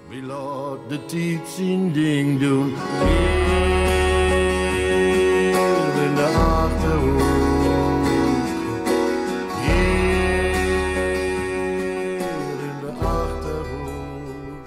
Wie laat de tijd zijn ding doen? Hier in de Achterhoek. Hier in de Achterhoek.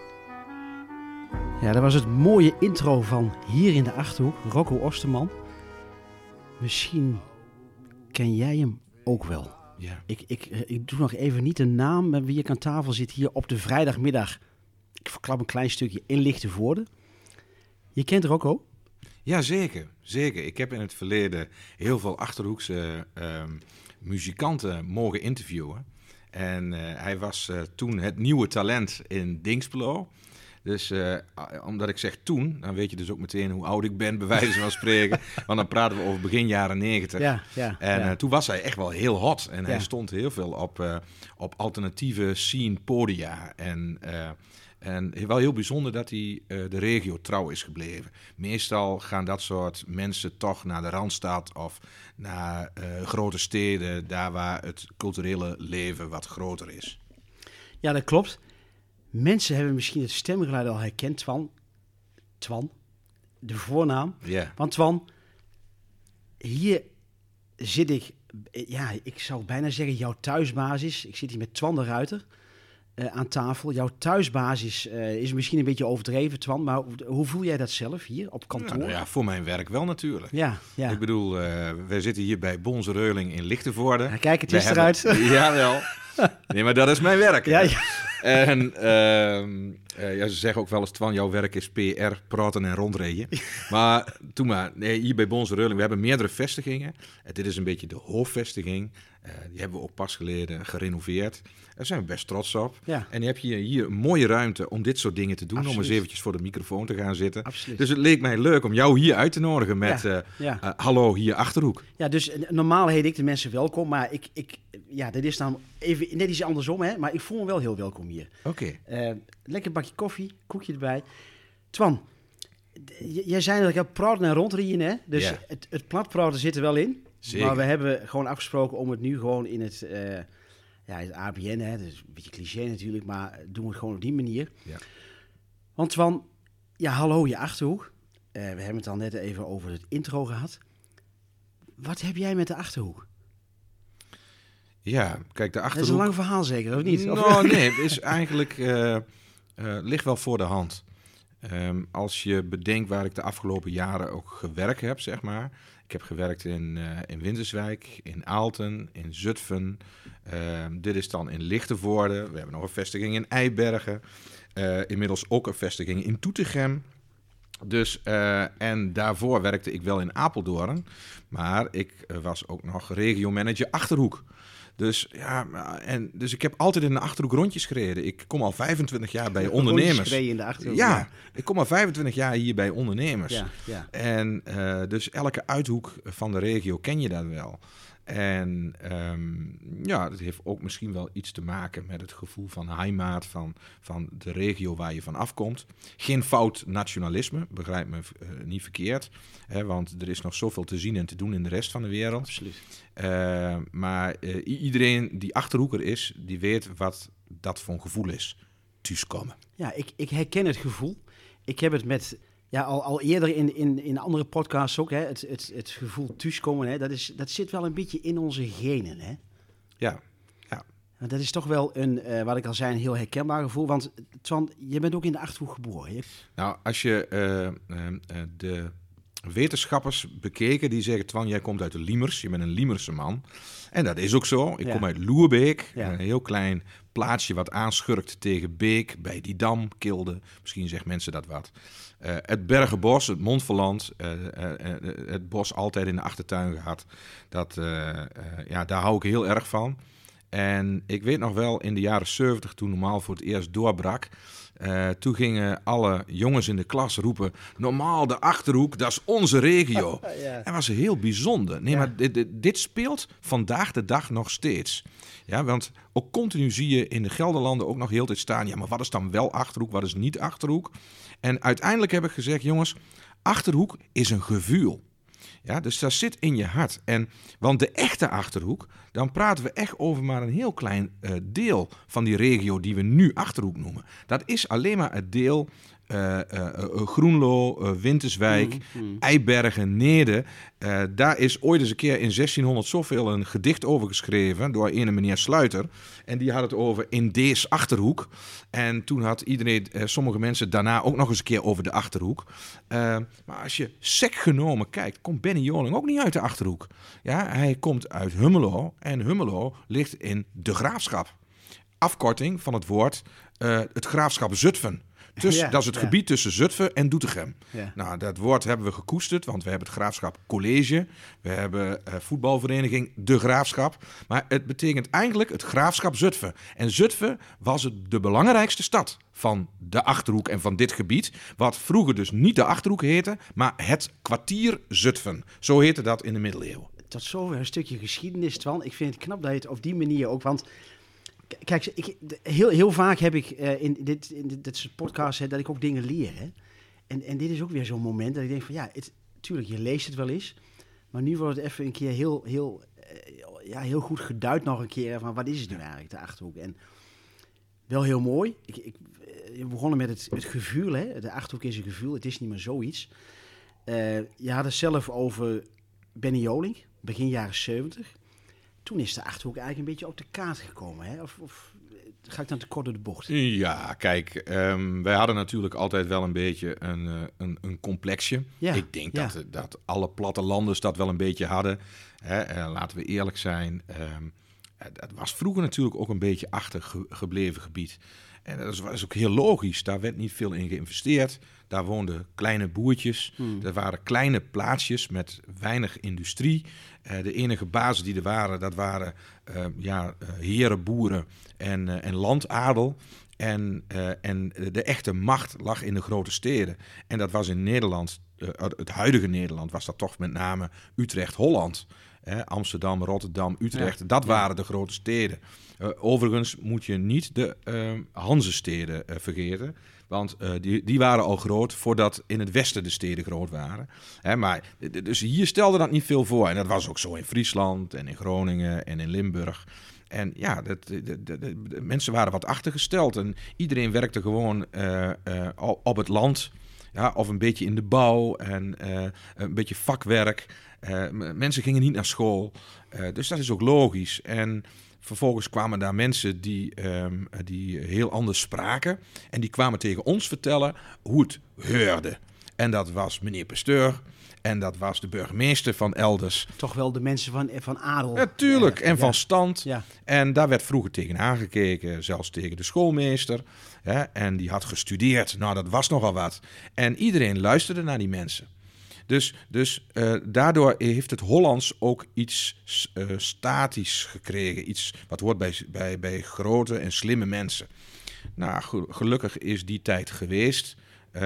Ja, dat was het mooie intro van Hier in de Achterhoek, Rocco Osterman. Misschien ken jij hem ook wel. Ja. Ik doe nog even niet de naam met wie ik aan tafel zit hier op de vrijdagmiddag. Ik verklap een klein stukje in Lichtenvoorde. Je kent Rocco? Ja, zeker. Zeker. Ik heb in het verleden heel veel Achterhoekse muzikanten mogen interviewen. En hij was toen het nieuwe talent in Dinxperlo. Dus omdat ik zeg toen, dan weet je dus ook meteen hoe oud ik ben, bij wijze van spreken. Want dan praten we over begin jaren 90. En toen was hij echt wel heel hot. En hij stond heel veel op alternatieve scene podia. En wel heel bijzonder dat hij de regio trouw is gebleven. Meestal gaan dat soort mensen toch naar de Randstad of naar grote steden, daar waar het culturele leven wat groter is. Ja, dat klopt. Mensen hebben misschien het stemgeluid al herkend, Twan, de voornaam. Yeah. Want Twan, hier zit ik zou bijna zeggen jouw thuisbasis. Ik zit hier met Twan de Ruiter aan tafel. Jouw thuisbasis is misschien een beetje overdreven, Twan, maar hoe voel jij dat zelf hier op kantoor? Ja, voor mijn werk wel natuurlijk. Ja. Ik bedoel, wij zitten hier bij Bonse Reuling in Lichtenvoorde. Ja, kijk, het is eruit. Jawel. Nee, maar dat is mijn werk. Ja. En ze zeggen ook wel eens, Twan, jouw werk is PR, praten en rondrijden. Maar hier bij Bonse Reuling, we hebben meerdere vestigingen. Dit is een beetje de hoofdvestiging. Die hebben we ook pas geleden gerenoveerd. Daar zijn we best trots op. Ja. En je hebt hier een mooie ruimte om dit soort dingen te doen. Absoluut. Om eens eventjes voor de microfoon te gaan zitten. Absoluut. Dus het leek mij leuk om jou hier uit te nodigen met hallo hier Achterhoek. Ja, dus normaal heet ik de mensen welkom, maar dat is dan even net iets andersom, hè? Maar ik voel me wel heel welkom hier. Oké. Lekker bakje koffie, koekje erbij. Twan, jij zei dat ik heb praten en rondrieën, hè? Dus het platpraten zit er wel in. Zeker. Maar we hebben gewoon afgesproken om het nu gewoon in het ABN, hè? Dat is een beetje cliché natuurlijk, maar doen we het gewoon op die manier. Ja. Want Twan, hallo je Achterhoek. We hebben het al net even over het intro gehad. Wat heb jij met de Achterhoek? Ja, kijk, de Achterhoek... Dat is een lang verhaal zeker, of niet? Nou, nee, het is eigenlijk... ligt wel voor de hand. Als je bedenkt waar ik de afgelopen jaren ook gewerkt heb, zeg maar. Ik heb gewerkt in Winterswijk, in Aalten, in Zutphen. Dit is dan in Lichtenvoorde. We hebben nog een vestiging in Eibergen. Inmiddels ook een vestiging in Doetinchem. Dus, en daarvoor werkte ik wel in Apeldoorn. Maar ik was ook nog regiomanager Achterhoek. Dus dus ik heb altijd in de Achterhoek rondjes gereden. Ik kom al 25 jaar bij ondernemers. In de Achterhoek, ja, ik kom al 25 jaar hier bij ondernemers. Ja. En dus elke uithoek van de regio ken je dat wel. En dat heeft ook misschien wel iets te maken met het gevoel van heimaat, van de regio waar je van afkomt. Geen fout nationalisme, begrijp me niet verkeerd. Want er is nog zoveel te zien en te doen in de rest van de wereld. Absoluut. Maar iedereen die Achterhoeker is, die weet wat dat voor een gevoel is. Thuiskomen. Ja, ik herken het gevoel. Ik heb het met... Ja, al eerder in andere podcasts ook, hè, het gevoel thuiskomen, hè, dat zit wel een beetje in onze genen, hè? Ja. Dat is toch wel wat ik al zei, een heel herkenbaar gevoel. Want Twan, je bent ook in de Achterhoek geboren, hè? Nou, als je de wetenschappers bekeken, die zeggen, Twan, jij komt uit de Liemers, je bent een Liemerse man. En dat is ook zo. Ik kom uit Loerbeek, een heel klein plaatsje wat aanschurkt tegen Beek, bij die dam, Kilde. Misschien zeggen mensen dat wat. Het Bergenbos, het Montferland, het bos altijd in de achtertuin gehad. Daar hou ik heel erg van. En ik weet nog wel, in de jaren 70, toen Normaal voor het eerst doorbrak, toen gingen alle jongens in de klas roepen, Normaal, de Achterhoek, dat is onze regio. Dat was heel bijzonder. Nee, maar dit speelt vandaag de dag nog steeds. Ja, want ook continu zie je in de Gelderlanden ook nog heel de tijd staan, ja, maar wat is dan wel Achterhoek, wat is niet Achterhoek? En uiteindelijk heb ik gezegd, jongens, Achterhoek is een gevoel. Ja, dus dat zit in je hart. Want de echte Achterhoek, dan praten we echt over maar een heel klein deel van die regio die we nu Achterhoek noemen. Dat is alleen maar het deel Groenlo, Winterswijk, Eibergen, Neede. Daar is ooit eens een keer in 1600 zoveel een gedicht over geschreven door ene meneer Sluiter. En die had het over in Dees Achterhoek. En toen had iedereen, sommige mensen daarna ook nog eens een keer over de Achterhoek. Maar als je sec genomen kijkt, komt Benny Joling ook niet uit de Achterhoek. Ja, hij komt uit Hummelo. En Hummelo ligt in de Graafschap. Afkorting van het woord het Graafschap Zutphen. Dus dat is het gebied tussen Zutphen en Doetinchem. Ja. Nou, dat woord hebben we gekoesterd, want we hebben het Graafschap College. We hebben voetbalvereniging De Graafschap. Maar het betekent eigenlijk het Graafschap Zutphen. En Zutphen was de belangrijkste stad van de Achterhoek en van dit gebied. Wat vroeger dus niet de Achterhoek heette, maar het kwartier Zutphen. Zo heette dat in de middeleeuwen. Tot zover een stukje geschiedenis, Twan. Ik vind het knap dat je het op die manier ook... Want kijk, heel vaak heb ik in dit soort podcasts dat ik ook dingen leer. Hè? En dit is ook weer zo'n moment dat ik denk van tuurlijk, je leest het wel eens. Maar nu wordt het even een keer heel goed geduid nog een keer van wat is het nu eigenlijk, de Achterhoek. En wel heel mooi. We begonnen met het gevoel. Hè? De Achterhoek is een gevoel, het is niet meer zoiets. Je had het zelf over Benny Joling, begin jaren 70. Toen is de Achterhoek eigenlijk een beetje op de kaart gekomen. Hè? Of ga ik dan te kort door de bocht? Ja, kijk, wij hadden natuurlijk altijd wel een beetje een complexje. Ja, ik denk dat alle plattelanders dat wel een beetje hadden. Hè? Laten we eerlijk zijn. Dat was vroeger natuurlijk ook een beetje achtergebleven gebied. En dat was ook heel logisch. Daar werd niet veel in geïnvesteerd. Daar woonden kleine boertjes. Er waren kleine plaatsjes met weinig industrie. De enige bazen die er waren, dat waren herenboeren en landadel. En de echte macht lag in de grote steden. En dat was in Nederland, het huidige Nederland, was dat toch met name Utrecht, Holland. Amsterdam, Rotterdam, Utrecht, dat waren de grote steden. Overigens moet je niet de Hanzesteden vergeten. Want die waren al groot voordat in het westen de steden groot waren. Dus hier stelde dat niet veel voor. En dat was ook zo in Friesland en in Groningen en in Limburg. En ja, de mensen waren wat achtergesteld. En iedereen werkte gewoon op het land. Ja, of een beetje in de bouw en een beetje vakwerk. Mensen gingen niet naar school. Dus dat is ook logisch. En vervolgens kwamen daar mensen die heel anders spraken. En die kwamen tegen ons vertellen hoe het heurde. En dat was meneer Pasteur. En dat was de burgemeester van elders. Toch wel de mensen van adel. Natuurlijk, en van stand. Ja. En daar werd vroeger tegen aangekeken, zelfs tegen de schoolmeester. Ja, en die had gestudeerd. Nou, dat was nogal wat. En iedereen luisterde naar die mensen. Dus daardoor heeft het Hollands ook iets statisch gekregen. Iets wat hoort bij grote en slimme mensen. Nou, gelukkig is die tijd geweest.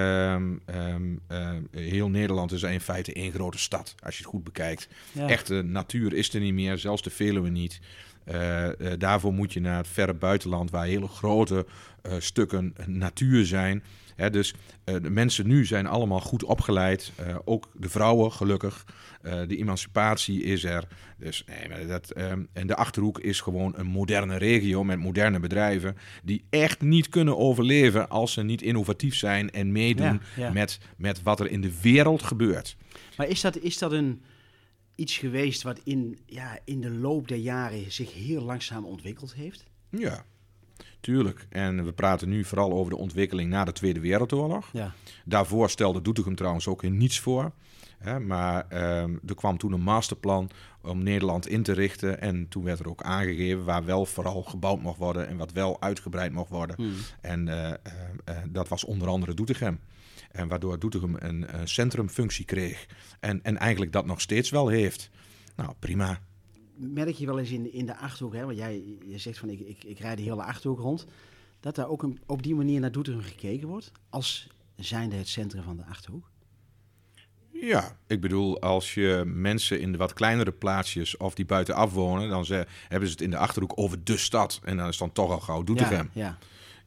Heel Nederland is in feite één grote stad, als je het goed bekijkt. Ja. Echte natuur is er niet meer, zelfs de Veluwe niet. Daarvoor moet je naar het verre buitenland, waar hele grote stukken natuur zijn. Dus de mensen nu zijn allemaal goed opgeleid. Ook de vrouwen, gelukkig. De emancipatie is er. Dus, en de Achterhoek is gewoon een moderne regio met moderne bedrijven die echt niet kunnen overleven als ze niet innovatief zijn en meedoen met wat er in de wereld gebeurt. Maar is dat iets geweest wat in de loop der jaren zich heel langzaam ontwikkeld heeft? Ja. Tuurlijk. En we praten nu vooral over de ontwikkeling na de Tweede Wereldoorlog. Ja. Daarvoor stelde Doetinchem trouwens ook in niets voor. Maar er kwam toen een masterplan om Nederland in te richten. En toen werd er ook aangegeven waar wel vooral gebouwd mocht worden en wat wel uitgebreid mocht worden. En dat was onder andere Doetinchem. En waardoor Doetinchem een centrumfunctie kreeg. En eigenlijk dat nog steeds wel heeft. Nou, prima. Merk je wel eens in de Achterhoek, hè? Want je zegt van ik rijd de hele Achterhoek rond, dat daar ook op die manier naar Doetinchem gekeken wordt, als zijnde het centrum van de Achterhoek? Ja, ik bedoel, als je mensen in de wat kleinere plaatsjes of die buitenaf wonen, dan hebben ze het in de Achterhoek over de stad. En dan is dan toch al gauw Doetinchem.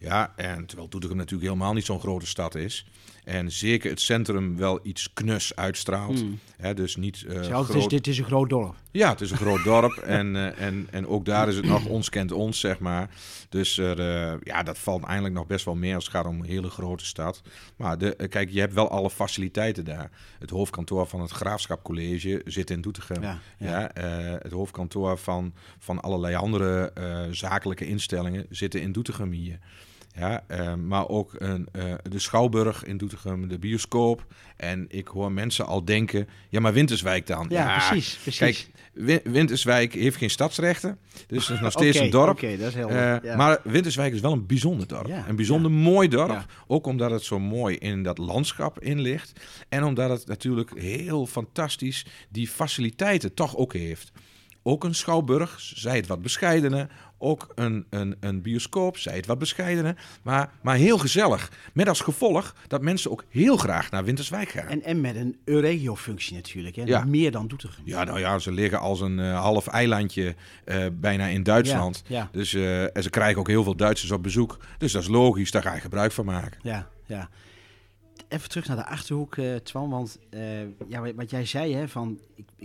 Ja, en terwijl Doetinchem natuurlijk helemaal niet zo'n grote stad is. En zeker het centrum wel iets knus uitstraalt. Dus niet groot. Het is een groot dorp. Ja, het is een groot dorp. En ook daar is het nog ons kent ons, zeg maar. Dus dat valt eigenlijk nog best wel mee als het gaat om een hele grote stad. Maar kijk, je hebt wel alle faciliteiten daar. Het hoofdkantoor van het Graafschap College zit in Doetinchem. Het hoofdkantoor van allerlei andere zakelijke instellingen zitten in Doetinchem hier. Ja, maar ook de Schouwburg in Doetinchem, de bioscoop. En ik hoor mensen al denken, ja, maar Winterswijk dan? Ja, precies. Kijk, Winterswijk heeft geen stadsrechten, dus het is nog steeds een dorp. Dat is heel Maar Winterswijk is wel een bijzonder dorp. Ja, een bijzonder mooi dorp. Ja. Ook omdat het zo mooi in dat landschap in ligt. En omdat het natuurlijk heel fantastisch die faciliteiten toch ook heeft. Ook een schouwburg, zij het wat bescheidener. Ook een bioscoop, zij het wat bescheidener. Maar heel gezellig. Met als gevolg dat mensen ook heel graag naar Winterswijk gaan. En met een regio-functie natuurlijk. Hè? Ja. Meer dan Doetinchem. Ja, nou ja, ze liggen als een half eilandje bijna in Duitsland. Ja. Dus, en ze krijgen ook heel veel Duitsers op bezoek. Dus dat is logisch, daar ga je gebruik van maken. Ja. Even terug naar de Achterhoek, Twan. Want wat jij zei, hè, van...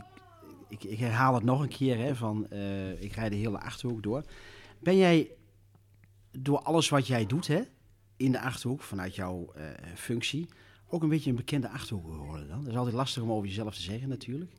Ik herhaal het nog een keer, hè, van ik rijd de hele Achterhoek door. Ben jij door alles wat jij doet, hè, in de Achterhoek, vanuit jouw functie, ook een beetje een bekende Achterhoek geworden dan? Dat is altijd lastig om over jezelf te zeggen natuurlijk.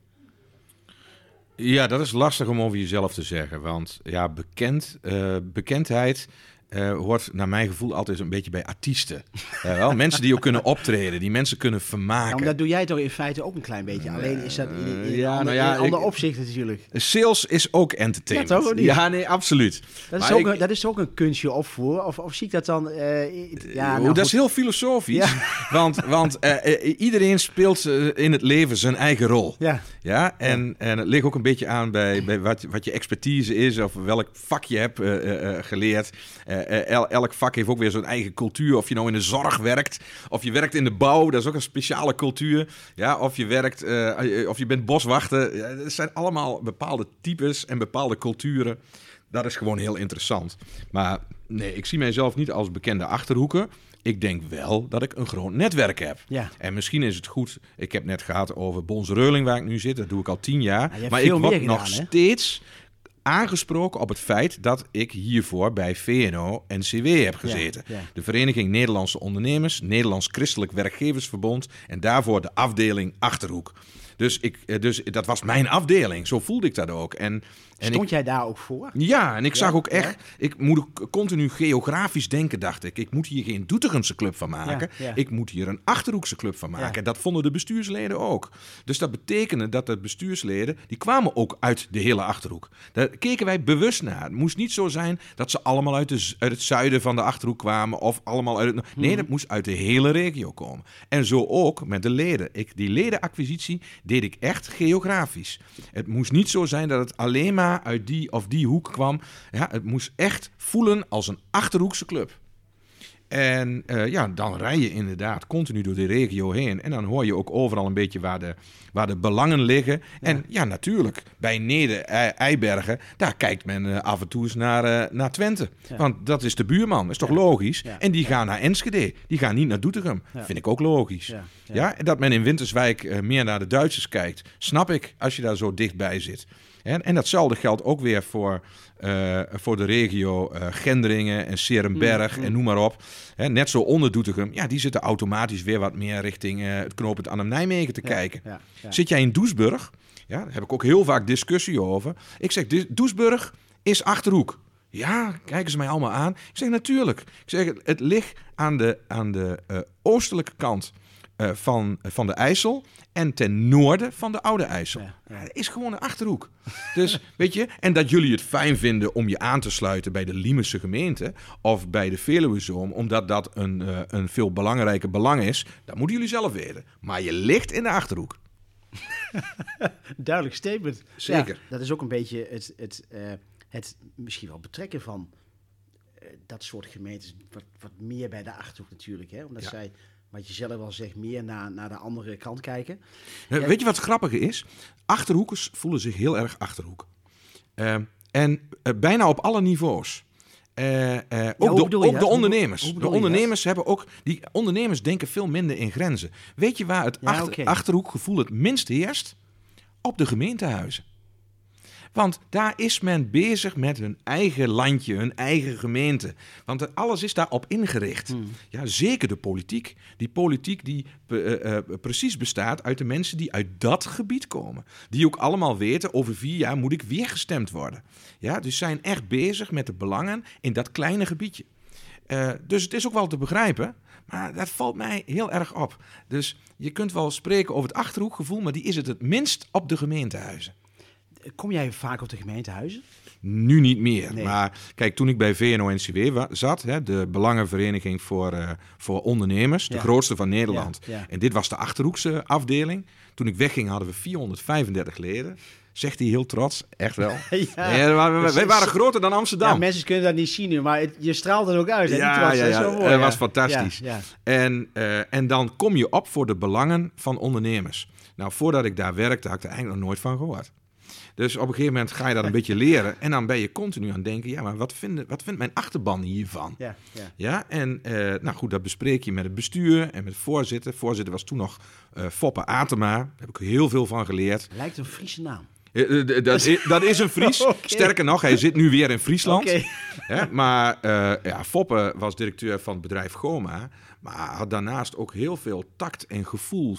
Ja, dat is lastig om over jezelf te zeggen, want ja, bekendheid... hoort naar mijn gevoel altijd een beetje bij artiesten. Wel, mensen die ook kunnen optreden, die mensen kunnen vermaken. Ja, dat doe jij toch in feite ook een klein beetje. Alleen is dat in een ander opzicht natuurlijk. Sales is ook entertainment. Ja, toch? Niet? Ja, nee, absoluut. Dat is ook een kunstje opvoeren. Of zie ik dat dan... dat is heel filosofisch. Ja. Want iedereen speelt in het leven zijn eigen rol. Ja, en het ligt ook een beetje aan bij wat je expertise is of welk vak je hebt geleerd. Elk vak heeft ook weer zijn eigen cultuur. Of je nou in de zorg werkt, of je werkt in de bouw, dat is ook een speciale cultuur. Ja, of je werkt, of je bent boswachter. Ja, dat zijn allemaal bepaalde types en bepaalde culturen. Dat is gewoon heel interessant. Maar nee, ik zie mijzelf niet als bekende Achterhoeker. Ik denk wel dat ik een groot netwerk heb. Ja. En misschien is het goed... Ik heb net gehad over Bons-Reuling, waar ik nu zit. Dat doe ik al 10 jaar. Maar ik word nog steeds aangesproken op het feit dat ik hiervoor bij VNO-NCW heb gezeten. Ja. De Vereniging Nederlandse Ondernemers, Nederlands Christelijk Werkgeversverbond en daarvoor de afdeling Achterhoek. Dus dat was mijn afdeling. Zo voelde ik dat ook. Stond jij daar ook voor? Ja, en ik zag ook echt... Ik moet continu geografisch denken, dacht ik. Ik moet hier geen Doetinchense club van maken. Ja. Ik moet hier een Achterhoekse club van maken. En dat vonden de bestuursleden ook. Dus dat betekende dat de bestuursleden... die kwamen ook uit de hele Achterhoek. Daar keken wij bewust naar. Het moest niet zo zijn dat ze allemaal uit het zuiden van de Achterhoek kwamen... of allemaal uit het... Nee, dat moest uit de hele regio komen. En zo ook met de leden. Die ledenacquisitie deed ik echt geografisch. Het moest niet zo zijn dat het alleen maar uit die of die hoek kwam. Ja, het moest echt voelen als een Achterhoekse club. En dan rij je inderdaad continu door de regio heen. En dan hoor je ook overal een beetje waar de belangen liggen. Ja. En ja, natuurlijk, bij Neder-Eibergen, daar kijkt men af en toe eens naar Twente. Ja. Want dat is de buurman, dat is toch logisch? Ja. En die gaan naar Enschede, die gaan niet naar Doetinchem. Ja. Vind ik ook logisch. Ja, en dat men in Winterswijk meer naar de Duitsers kijkt, snap ik, als je daar zo dichtbij zit. En datzelfde geldt ook weer voor de regio Gendringen en 's-Heerenberg en noem maar op. Net zo onder Doetinchem. Ja, die zitten automatisch weer wat meer richting het knooppunt Arnhem-Nijmegen te kijken. Ja. Zit jij in Doesburg? Ja, daar heb ik ook heel vaak discussie over. Ik zeg, Doesburg is Achterhoek. Ja, kijken ze mij allemaal aan. Ik zeg, natuurlijk. Ik zeg, het ligt aan de oostelijke kant van de IJssel en ten noorden van de Oude IJssel. Ja. Het is gewoon een Achterhoek. Dus, weet je, en dat jullie het fijn vinden om je aan te sluiten bij de Liemerse gemeente of bij de Veluwezoom, omdat dat een veel belangrijker belang is, dat moeten jullie zelf weten. Maar je ligt in de Achterhoek. Duidelijk statement. Zeker. Ja, dat is ook een beetje het misschien wel betrekken van dat soort gemeentes wat meer bij de Achterhoek natuurlijk. Hè? Omdat zij, wat je zelf al zegt, meer naar de andere kant kijken. Weet je wat het grappige is? Achterhoekers voelen zich heel erg Achterhoek. En bijna op alle niveaus. Ook de ondernemers. De ondernemers hebben ook... Die ondernemers denken veel minder in grenzen. Weet je waar het Achterhoekgevoel het minst heerst? Op de gemeentehuizen. Want daar is men bezig met hun eigen landje, hun eigen gemeente. Want alles is daarop ingericht. Ja, zeker de politiek. Die politiek die precies bestaat uit de mensen die uit dat gebied komen. Die ook allemaal weten, over 4 jaar moet ik weer gestemd worden. Ja, dus zijn echt bezig met de belangen in dat kleine gebiedje. Dus het is ook wel te begrijpen. Maar dat valt mij heel erg op. Dus je kunt wel spreken over het Achterhoekgevoel, maar die is het minst op de gemeentehuizen. Kom jij vaak op de gemeentehuizen? Nu niet meer. Nee. Maar kijk, toen ik bij VNO-NCW zat, de Belangenvereniging voor Ondernemers, de grootste van Nederland. Ja. En dit was de Achterhoekse afdeling. Toen ik wegging hadden we 435 leden. Zegt hij heel trots, echt wel. Wij waren groter dan Amsterdam. Ja, mensen kunnen dat niet zien, maar je straalt er ook uit. Hè? Dat was fantastisch. Ja. En dan kom je op voor de belangen van ondernemers. Nou, voordat ik daar werkte, had ik er eigenlijk nog nooit van gehoord. Dus op een gegeven moment ga je dat een beetje leren. En dan ben je continu aan het denken, ja, maar wat vindt mijn achterban hiervan? Ja, en nou goed, dat bespreek je met het bestuur en met de voorzitter. Voorzitter was toen nog Foppe Atema. Daar heb ik heel veel van geleerd. Lijkt een Friese naam. Dat is een Fries. Okay. Sterker nog, hij zit nu weer in Friesland. Okay. Ja, maar Foppe was directeur van het bedrijf Goma. Maar had daarnaast ook heel veel tact en gevoel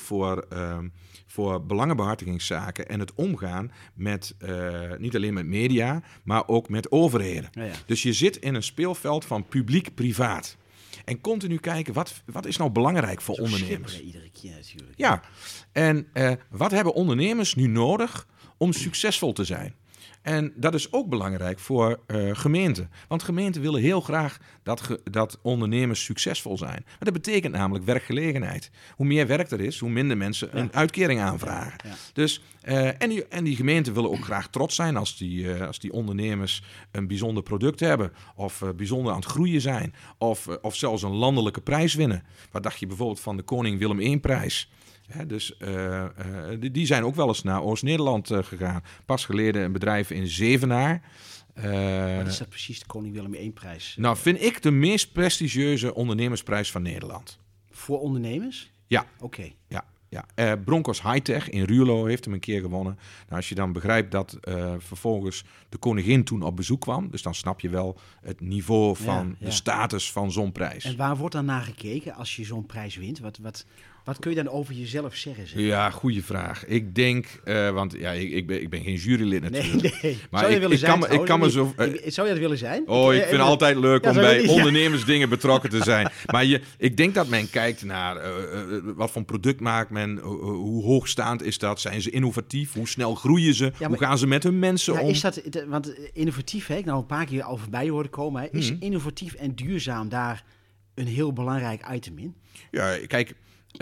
voor belangenbehartigingszaken en het omgaan met niet alleen met media, maar ook met overheden. Ja. Dus je zit in een speelveld van publiek-privaat. En continu kijken, wat is nou belangrijk voor ondernemers? Iedere keer natuurlijk. Ja, en wat hebben ondernemers nu nodig om succesvol te zijn? En dat is ook belangrijk voor gemeenten. Want gemeenten willen heel graag dat ondernemers succesvol zijn. Maar dat betekent namelijk werkgelegenheid. Hoe meer werk er is, hoe minder mensen een uitkering aanvragen. Ja. Dus, en die gemeenten willen ook graag trots zijn als die ondernemers een bijzonder product hebben. Of bijzonder aan het groeien zijn. Of zelfs een landelijke prijs winnen. Wat dacht je bijvoorbeeld van de Koning Willem I-prijs? Ja, dus die zijn ook wel eens naar Oost-Nederland gegaan. Pas geleden een bedrijf in Zevenaar. Wat is dat precies, de Koning Willem I-prijs? Nou, vind ik de meest prestigieuze ondernemersprijs van Nederland. Voor ondernemers? Ja. Oké. Ja. Broncos High-Tech in Ruurlo heeft hem een keer gewonnen. Nou, als je dan begrijpt dat vervolgens de koningin toen op bezoek kwam, dus dan snap je wel het niveau van de status van zo'n prijs. En waar wordt dan naar gekeken als je zo'n prijs wint? Wat kun je dan over jezelf zeggen? Zeg? Ja, goede vraag. Ik denk, want ik ben geen jurylid natuurlijk. Nee. Maar zou je willen zijn? Zou je dat willen zijn? Oh, ik vind het altijd leuk om bij ondernemersdingen betrokken te zijn. Maar ik denk dat men kijkt naar wat voor product maakt men, hoe hoogstaand is dat? Zijn ze innovatief? Hoe snel groeien ze? Hoe gaan ze met hun mensen om? Is dat, want innovatief, hè, ik nou een paar keer al voorbij horen komen. Hè, is innovatief en duurzaam daar een heel belangrijk item in? Ja, kijk.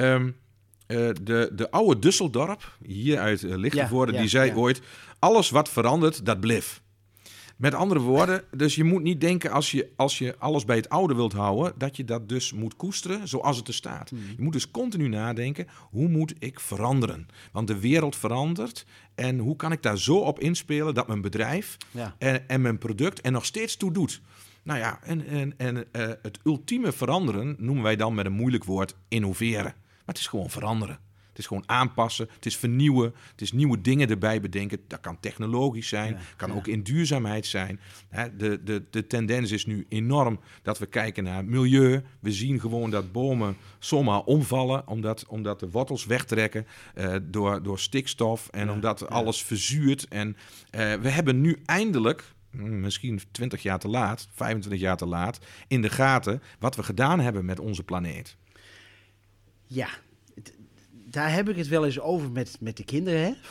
De oude Düsseldorp, hier uit Lichtenvoorde, die zei ooit, alles wat verandert, dat blijft. Met andere woorden, dus je moet niet denken als je alles bij het oude wilt houden, dat je dat dus moet koesteren zoals het er staat. Je moet dus continu nadenken, hoe moet ik veranderen? Want de wereld verandert en hoe kan ik daar zo op inspelen dat mijn bedrijf en mijn product er nog steeds toe doet? Nou ja, en het ultieme veranderen noemen wij dan met een moeilijk woord innoveren. Maar het is gewoon veranderen. Het is gewoon aanpassen, het is vernieuwen, het is nieuwe dingen erbij bedenken. Dat kan technologisch zijn, kan ook in duurzaamheid zijn. De tendens is nu enorm dat we kijken naar milieu. We zien gewoon dat bomen zomaar omvallen, omdat de wortels wegtrekken door stikstof en omdat alles verzuurt. En we hebben nu eindelijk, misschien 20 jaar te laat, 25 jaar te laat, in de gaten wat we gedaan hebben met onze planeet. Ja, daar heb ik het wel eens over met de kinderen. Hè?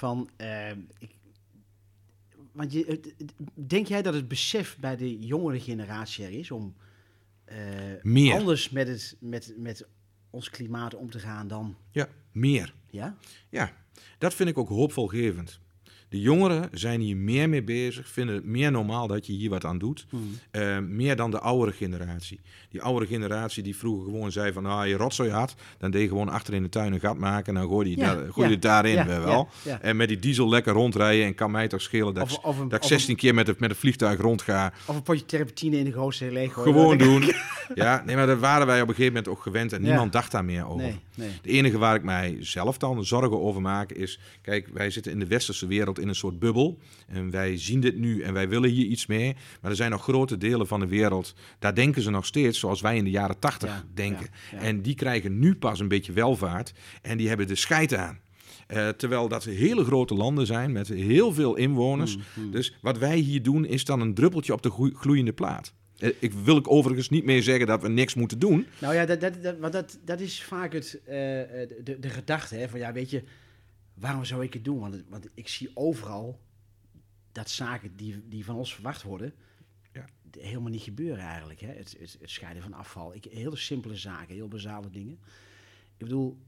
Denk jij dat het besef bij de jongere generatie er is om anders met ons klimaat om te gaan dan? Ja, meer. Ja? Ja, dat vind ik ook hoopvolgevend. De jongeren zijn hier meer mee bezig, vinden het meer normaal dat je hier wat aan doet. Meer dan de oudere generatie. Die oudere generatie die vroeger gewoon zei van, je rotzooi had, dan deed je gewoon achter in de tuin een gat maken en dan gooi je het daarin wel. Ja. En met die diesel lekker rondrijden en kan mij toch schelen dat ik 16 keer met een vliegtuig rond ga. Of een potje terpentine in de grootste leeg. Gewoon doen. Ja, nee, maar daar waren wij op een gegeven moment ook gewend en niemand dacht daar meer over. Nee. Het enige waar ik mij zelf dan zorgen over maak is, kijk, wij zitten in de westerse wereld in een soort bubbel en wij zien dit nu en wij willen hier iets mee, maar er zijn nog grote delen van de wereld, daar denken ze nog steeds zoals wij in de jaren 80 denken. Ja. En die krijgen nu pas een beetje welvaart en die hebben de scheid aan. Terwijl dat hele grote landen zijn met heel veel inwoners. Dus wat wij hier doen is dan een druppeltje op de gloeiende plaat. Ik wil overigens niet meer zeggen dat we niks moeten doen. Nou ja, dat is vaak de gedachte. Hè, van weet je, waarom zou ik het doen? Want ik zie overal dat zaken die van ons verwacht worden, helemaal niet gebeuren eigenlijk. Hè? Het scheiden van afval. Hele simpele zaken, heel basale dingen. Ik bedoel,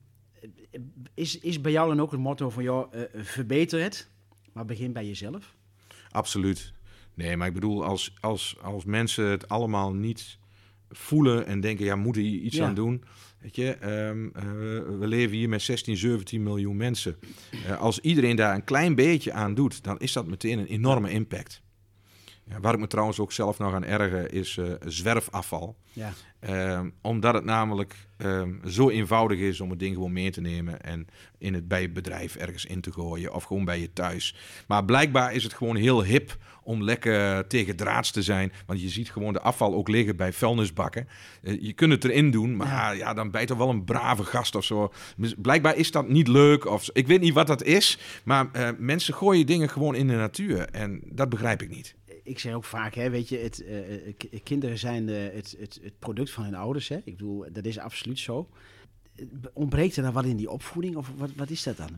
is bij jou dan ook het motto van, verbeter het, maar begin bij jezelf? Absoluut. Nee, maar ik bedoel, als mensen het allemaal niet voelen en denken, moeten hier iets aan doen. Weet je, we leven hier met 16, 17 miljoen mensen. Als iedereen daar een klein beetje aan doet, dan is dat meteen een enorme impact. Ja, waar ik me trouwens ook zelf nog aan erger is zwerfafval. Ja. Omdat het namelijk zo eenvoudig is om het ding gewoon mee te nemen en bij het bedrijf ergens in te gooien of gewoon bij je thuis. Maar blijkbaar is het gewoon heel hip om lekker tegen draads te zijn. Want je ziet gewoon de afval ook liggen bij vuilnisbakken. Je kunt het erin doen, maar dan bijt er wel een brave gast of zo. Blijkbaar is dat niet leuk. Of ik weet niet wat dat is, maar mensen gooien dingen gewoon in de natuur. En dat begrijp ik niet. Ik zeg ook vaak, weet je, kinderen zijn het product van hun ouders. Hè? Ik bedoel, dat is absoluut zo. Ontbreekt er dan wat in die opvoeding? Of wat is dat dan?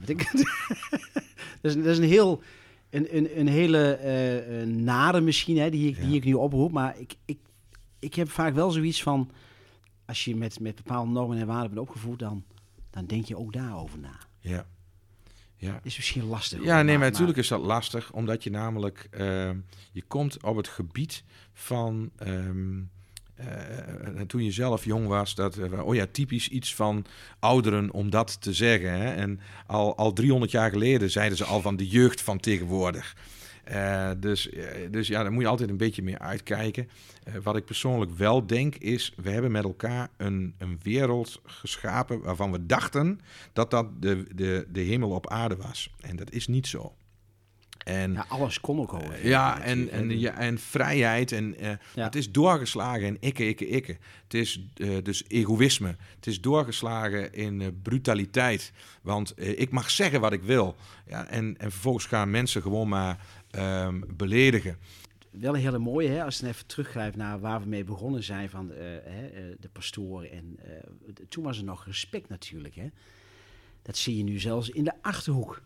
Dat is een hele nare misschien, hè, die ik nu oproep. Maar ik heb vaak wel zoiets van, als je met bepaalde normen en waarden bent opgevoed, dan denk je ook daarover na. Ja. Ja. Is misschien lastig. Ja, nee, maar natuurlijk is dat lastig, omdat je namelijk, je komt op het gebied van, toen je zelf jong was, typisch iets van ouderen om dat te zeggen. Hè? En al 300 jaar geleden zeiden ze al van de jeugd van tegenwoordig. Dus daar moet je altijd een beetje mee uitkijken. Wat ik persoonlijk wel denk is, we hebben met elkaar een wereld geschapen waarvan we dachten dat de hemel op aarde was. En dat is niet zo. En, alles kon ook al. En vrijheid. En het is doorgeslagen in ikke. Het is dus egoïsme. Het is doorgeslagen in brutaliteit. Want ik mag zeggen wat ik wil. Ja, en vervolgens gaan mensen gewoon maar beledigen. Wel een hele mooie, hè, als je even teruggrijpt naar waar we mee begonnen zijn van de pastoren. En toen was er nog respect natuurlijk. Hè. Dat zie je nu zelfs in de Achterhoek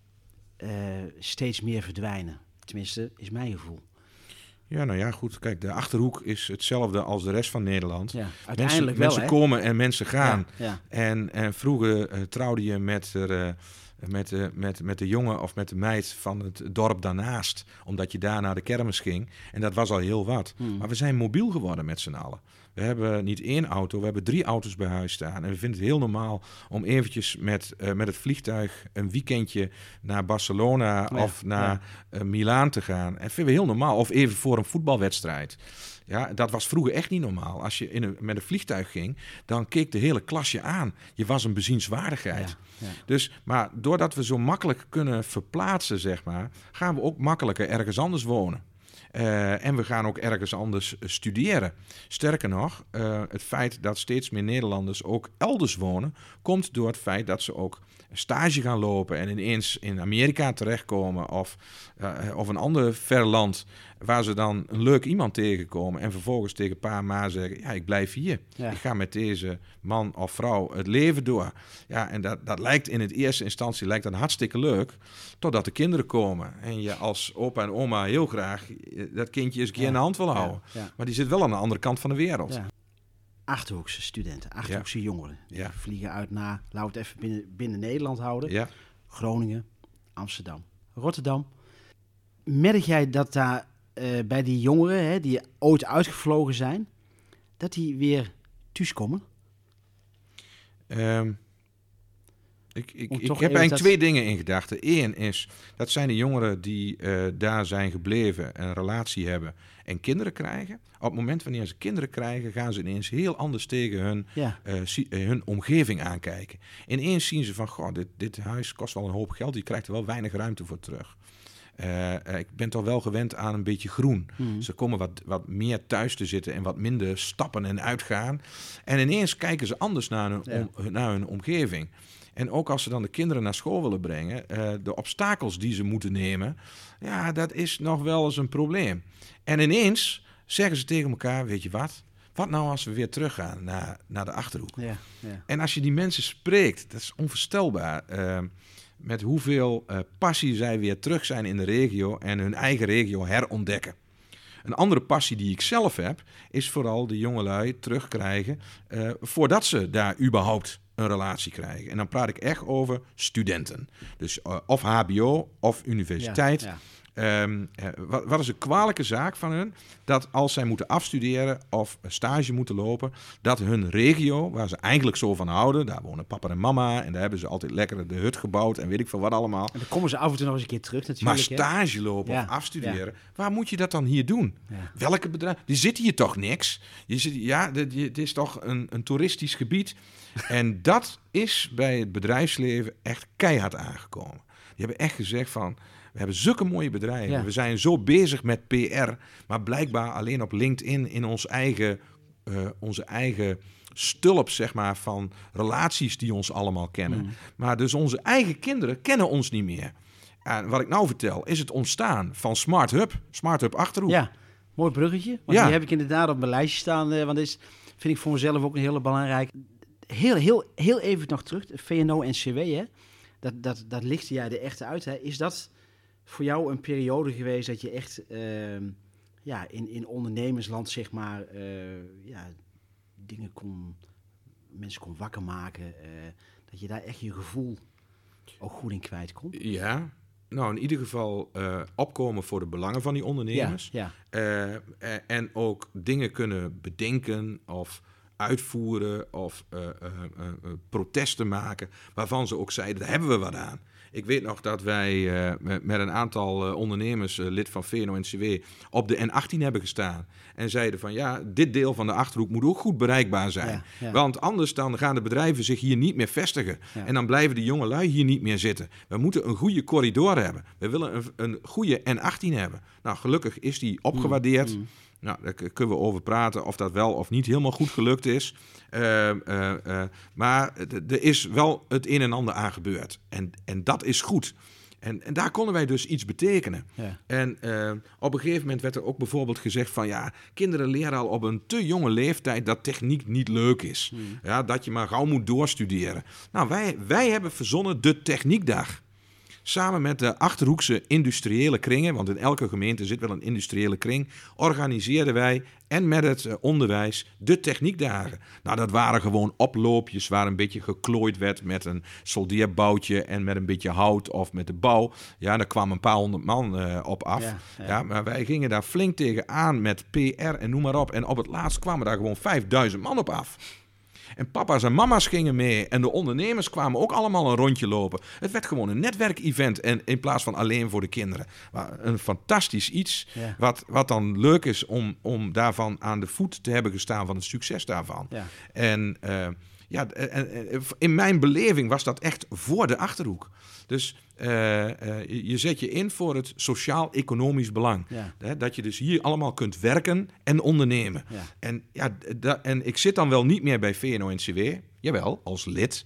steeds meer verdwijnen. Tenminste, is mijn gevoel. Ja, nou ja, goed. Kijk, de Achterhoek is hetzelfde als de rest van Nederland. Ja, uiteindelijk mensen wel, komen en mensen gaan. Ja. En vroeger trouwde je met de jongen of met de meid van het dorp daarnaast. Omdat je daar naar de kermis ging. En dat was al heel wat. Maar we zijn mobiel geworden met z'n allen. We hebben niet 1 auto, we hebben 3 auto's bij huis staan. En we vinden het heel normaal om eventjes met het vliegtuig een weekendje naar Barcelona of naar Milaan te gaan. En vinden we heel normaal. Of even voor een voetbalwedstrijd. Ja, dat was vroeger echt niet normaal. Als je met een vliegtuig ging, dan keek de hele klas je aan. Je was een bezienswaardigheid. Ja. Dus, maar doordat we zo makkelijk kunnen verplaatsen, zeg maar, gaan we ook makkelijker ergens anders wonen. En we gaan ook ergens anders studeren. Sterker nog, het feit dat steeds meer Nederlanders ook elders wonen, komt door het feit dat ze ook stage gaan lopen en ineens in Amerika terechtkomen of een ander ver land waar ze dan een leuk iemand tegenkomen en vervolgens tegen pa en ma zeggen, ja, ik blijf hier. Ja. Ik ga met deze man of vrouw het leven door. Ja, en dat lijkt in het eerste instantie lijkt dat hartstikke leuk, totdat de kinderen komen en je als opa en oma heel graag dat kindje eens een keer in de hand wil houden. Ja. Maar die zit wel aan de andere kant van de wereld. Ja. Achterhoekse studenten, Achterhoekse jongeren. Die vliegen uit naar, laten we het even binnen Nederland houden. Ja. Groningen, Amsterdam, Rotterdam. Merk jij dat daar bij die jongeren, hè, die ooit uitgevlogen zijn, dat die weer thuiskomen? Ik heb eigenlijk twee dingen in gedachten. Eén is, dat zijn de jongeren die daar zijn gebleven, een relatie hebben en kinderen krijgen. Op het moment wanneer ze kinderen krijgen, gaan ze ineens heel anders tegen hun omgeving aankijken. Ineens zien ze van, goh, dit huis kost wel een hoop geld, je krijgt er wel weinig ruimte voor terug. Ik ben toch wel gewend aan een beetje groen. Ze komen wat meer thuis te zitten en wat minder stappen en uitgaan. En ineens kijken ze anders naar hun omgeving. En ook als ze dan de kinderen naar school willen brengen, de obstakels die ze moeten nemen, ja, dat is nog wel eens een probleem. En ineens zeggen ze tegen elkaar, weet je wat? Wat nou als we weer teruggaan naar de Achterhoek? Ja. En als je die mensen spreekt, dat is onvoorstelbaar, met hoeveel passie zij weer terug zijn in de regio en hun eigen regio herontdekken. Een andere passie die ik zelf heb, is vooral de jongelui terugkrijgen voordat ze daar überhaupt een relatie krijgen. En dan praat ik echt over studenten. Dus of hbo of universiteit. Ja. Wat is een kwalijke zaak van hun? Dat als zij moeten afstuderen of stage moeten lopen, dat hun regio, waar ze eigenlijk zo van houden, daar wonen papa en mama en daar hebben ze altijd lekker de hut gebouwd en weet ik veel wat allemaal. En dan komen ze af en toe nog eens een keer terug natuurlijk. Maar stage lopen of afstuderen, waar moet je dat dan hier doen? Ja. Welke bedrijf? Die zit hier toch niks? Dit is toch een toeristisch gebied. En dat is bij het bedrijfsleven echt keihard aangekomen. Die hebben echt gezegd van, we hebben zulke mooie bedrijven. Ja. We zijn zo bezig met PR, maar blijkbaar alleen op LinkedIn in onze eigen stulp, zeg maar, van relaties die ons allemaal kennen. Maar dus onze eigen kinderen kennen ons niet meer. En wat ik nou vertel, is het ontstaan van Smart Hub Achterhoek. Ja, mooi bruggetje. Want die heb ik inderdaad op mijn lijstje staan. Want dat vind ik voor mezelf ook een hele belangrijk. Heel even nog terug, VNO-NCW, hè? Dat lichtte jij er echt uit. Hè? Is dat voor jou een periode geweest dat je echt in ondernemersland, zeg maar, mensen kon wakker maken, dat je daar echt je gevoel ook goed in kwijt kon? Ja, nou in ieder geval opkomen voor de belangen van die ondernemers. Ja. En ook dingen kunnen bedenken of uitvoeren of protesten maken, waarvan ze ook zeiden, daar hebben we wat aan. Ik weet nog dat wij met een aantal ondernemers, lid van VNO-NCW, op de N18 hebben gestaan. En zeiden van, ja, dit deel van de Achterhoek moet ook goed bereikbaar zijn. Ja. Want anders dan gaan de bedrijven zich hier niet meer vestigen. Ja. En dan blijven de jongelui hier niet meer zitten. We moeten een goede corridor hebben. We willen een goede N18 hebben. Nou, gelukkig is die opgewaardeerd. Nou, daar kunnen we over praten of dat wel of niet helemaal goed gelukt is. Maar er is wel het een en ander aan gebeurd. En dat is goed. En daar konden wij dus iets betekenen. Ja. En op een gegeven moment werd er ook bijvoorbeeld gezegd van, ja, kinderen leren al op een te jonge leeftijd dat techniek niet leuk is. Ja, dat je maar gauw moet doorstuderen. Nou, wij hebben verzonnen de Techniekdag. Samen met de Achterhoekse industriële kringen, want in elke gemeente zit wel een industriële kring, organiseerden wij en met het onderwijs de techniekdagen. Nou, dat waren gewoon oploopjes waar een beetje geklooid werd met een soldeerboutje en met een beetje hout of met de bouw. Ja, daar kwam een paar honderd man op af. Ja, maar wij gingen daar flink tegenaan met PR en noem maar op. En op het laatst kwamen daar gewoon 5000 man op af. En papa's en mama's gingen mee. En de ondernemers kwamen ook allemaal een rondje lopen. Het werd gewoon een netwerkevent. En in plaats van alleen voor de kinderen. Maar een fantastisch iets. Ja. Wat dan leuk is om daarvan aan de voet te hebben gestaan van het succes daarvan. Ja. En in mijn beleving was dat echt voor de Achterhoek. Dus je zet je in voor het sociaal-economisch belang. Ja. Dat je dus hier allemaal kunt werken en ondernemen. Ja. En ik zit dan wel niet meer bij VNO-NCW. Jawel, als lid.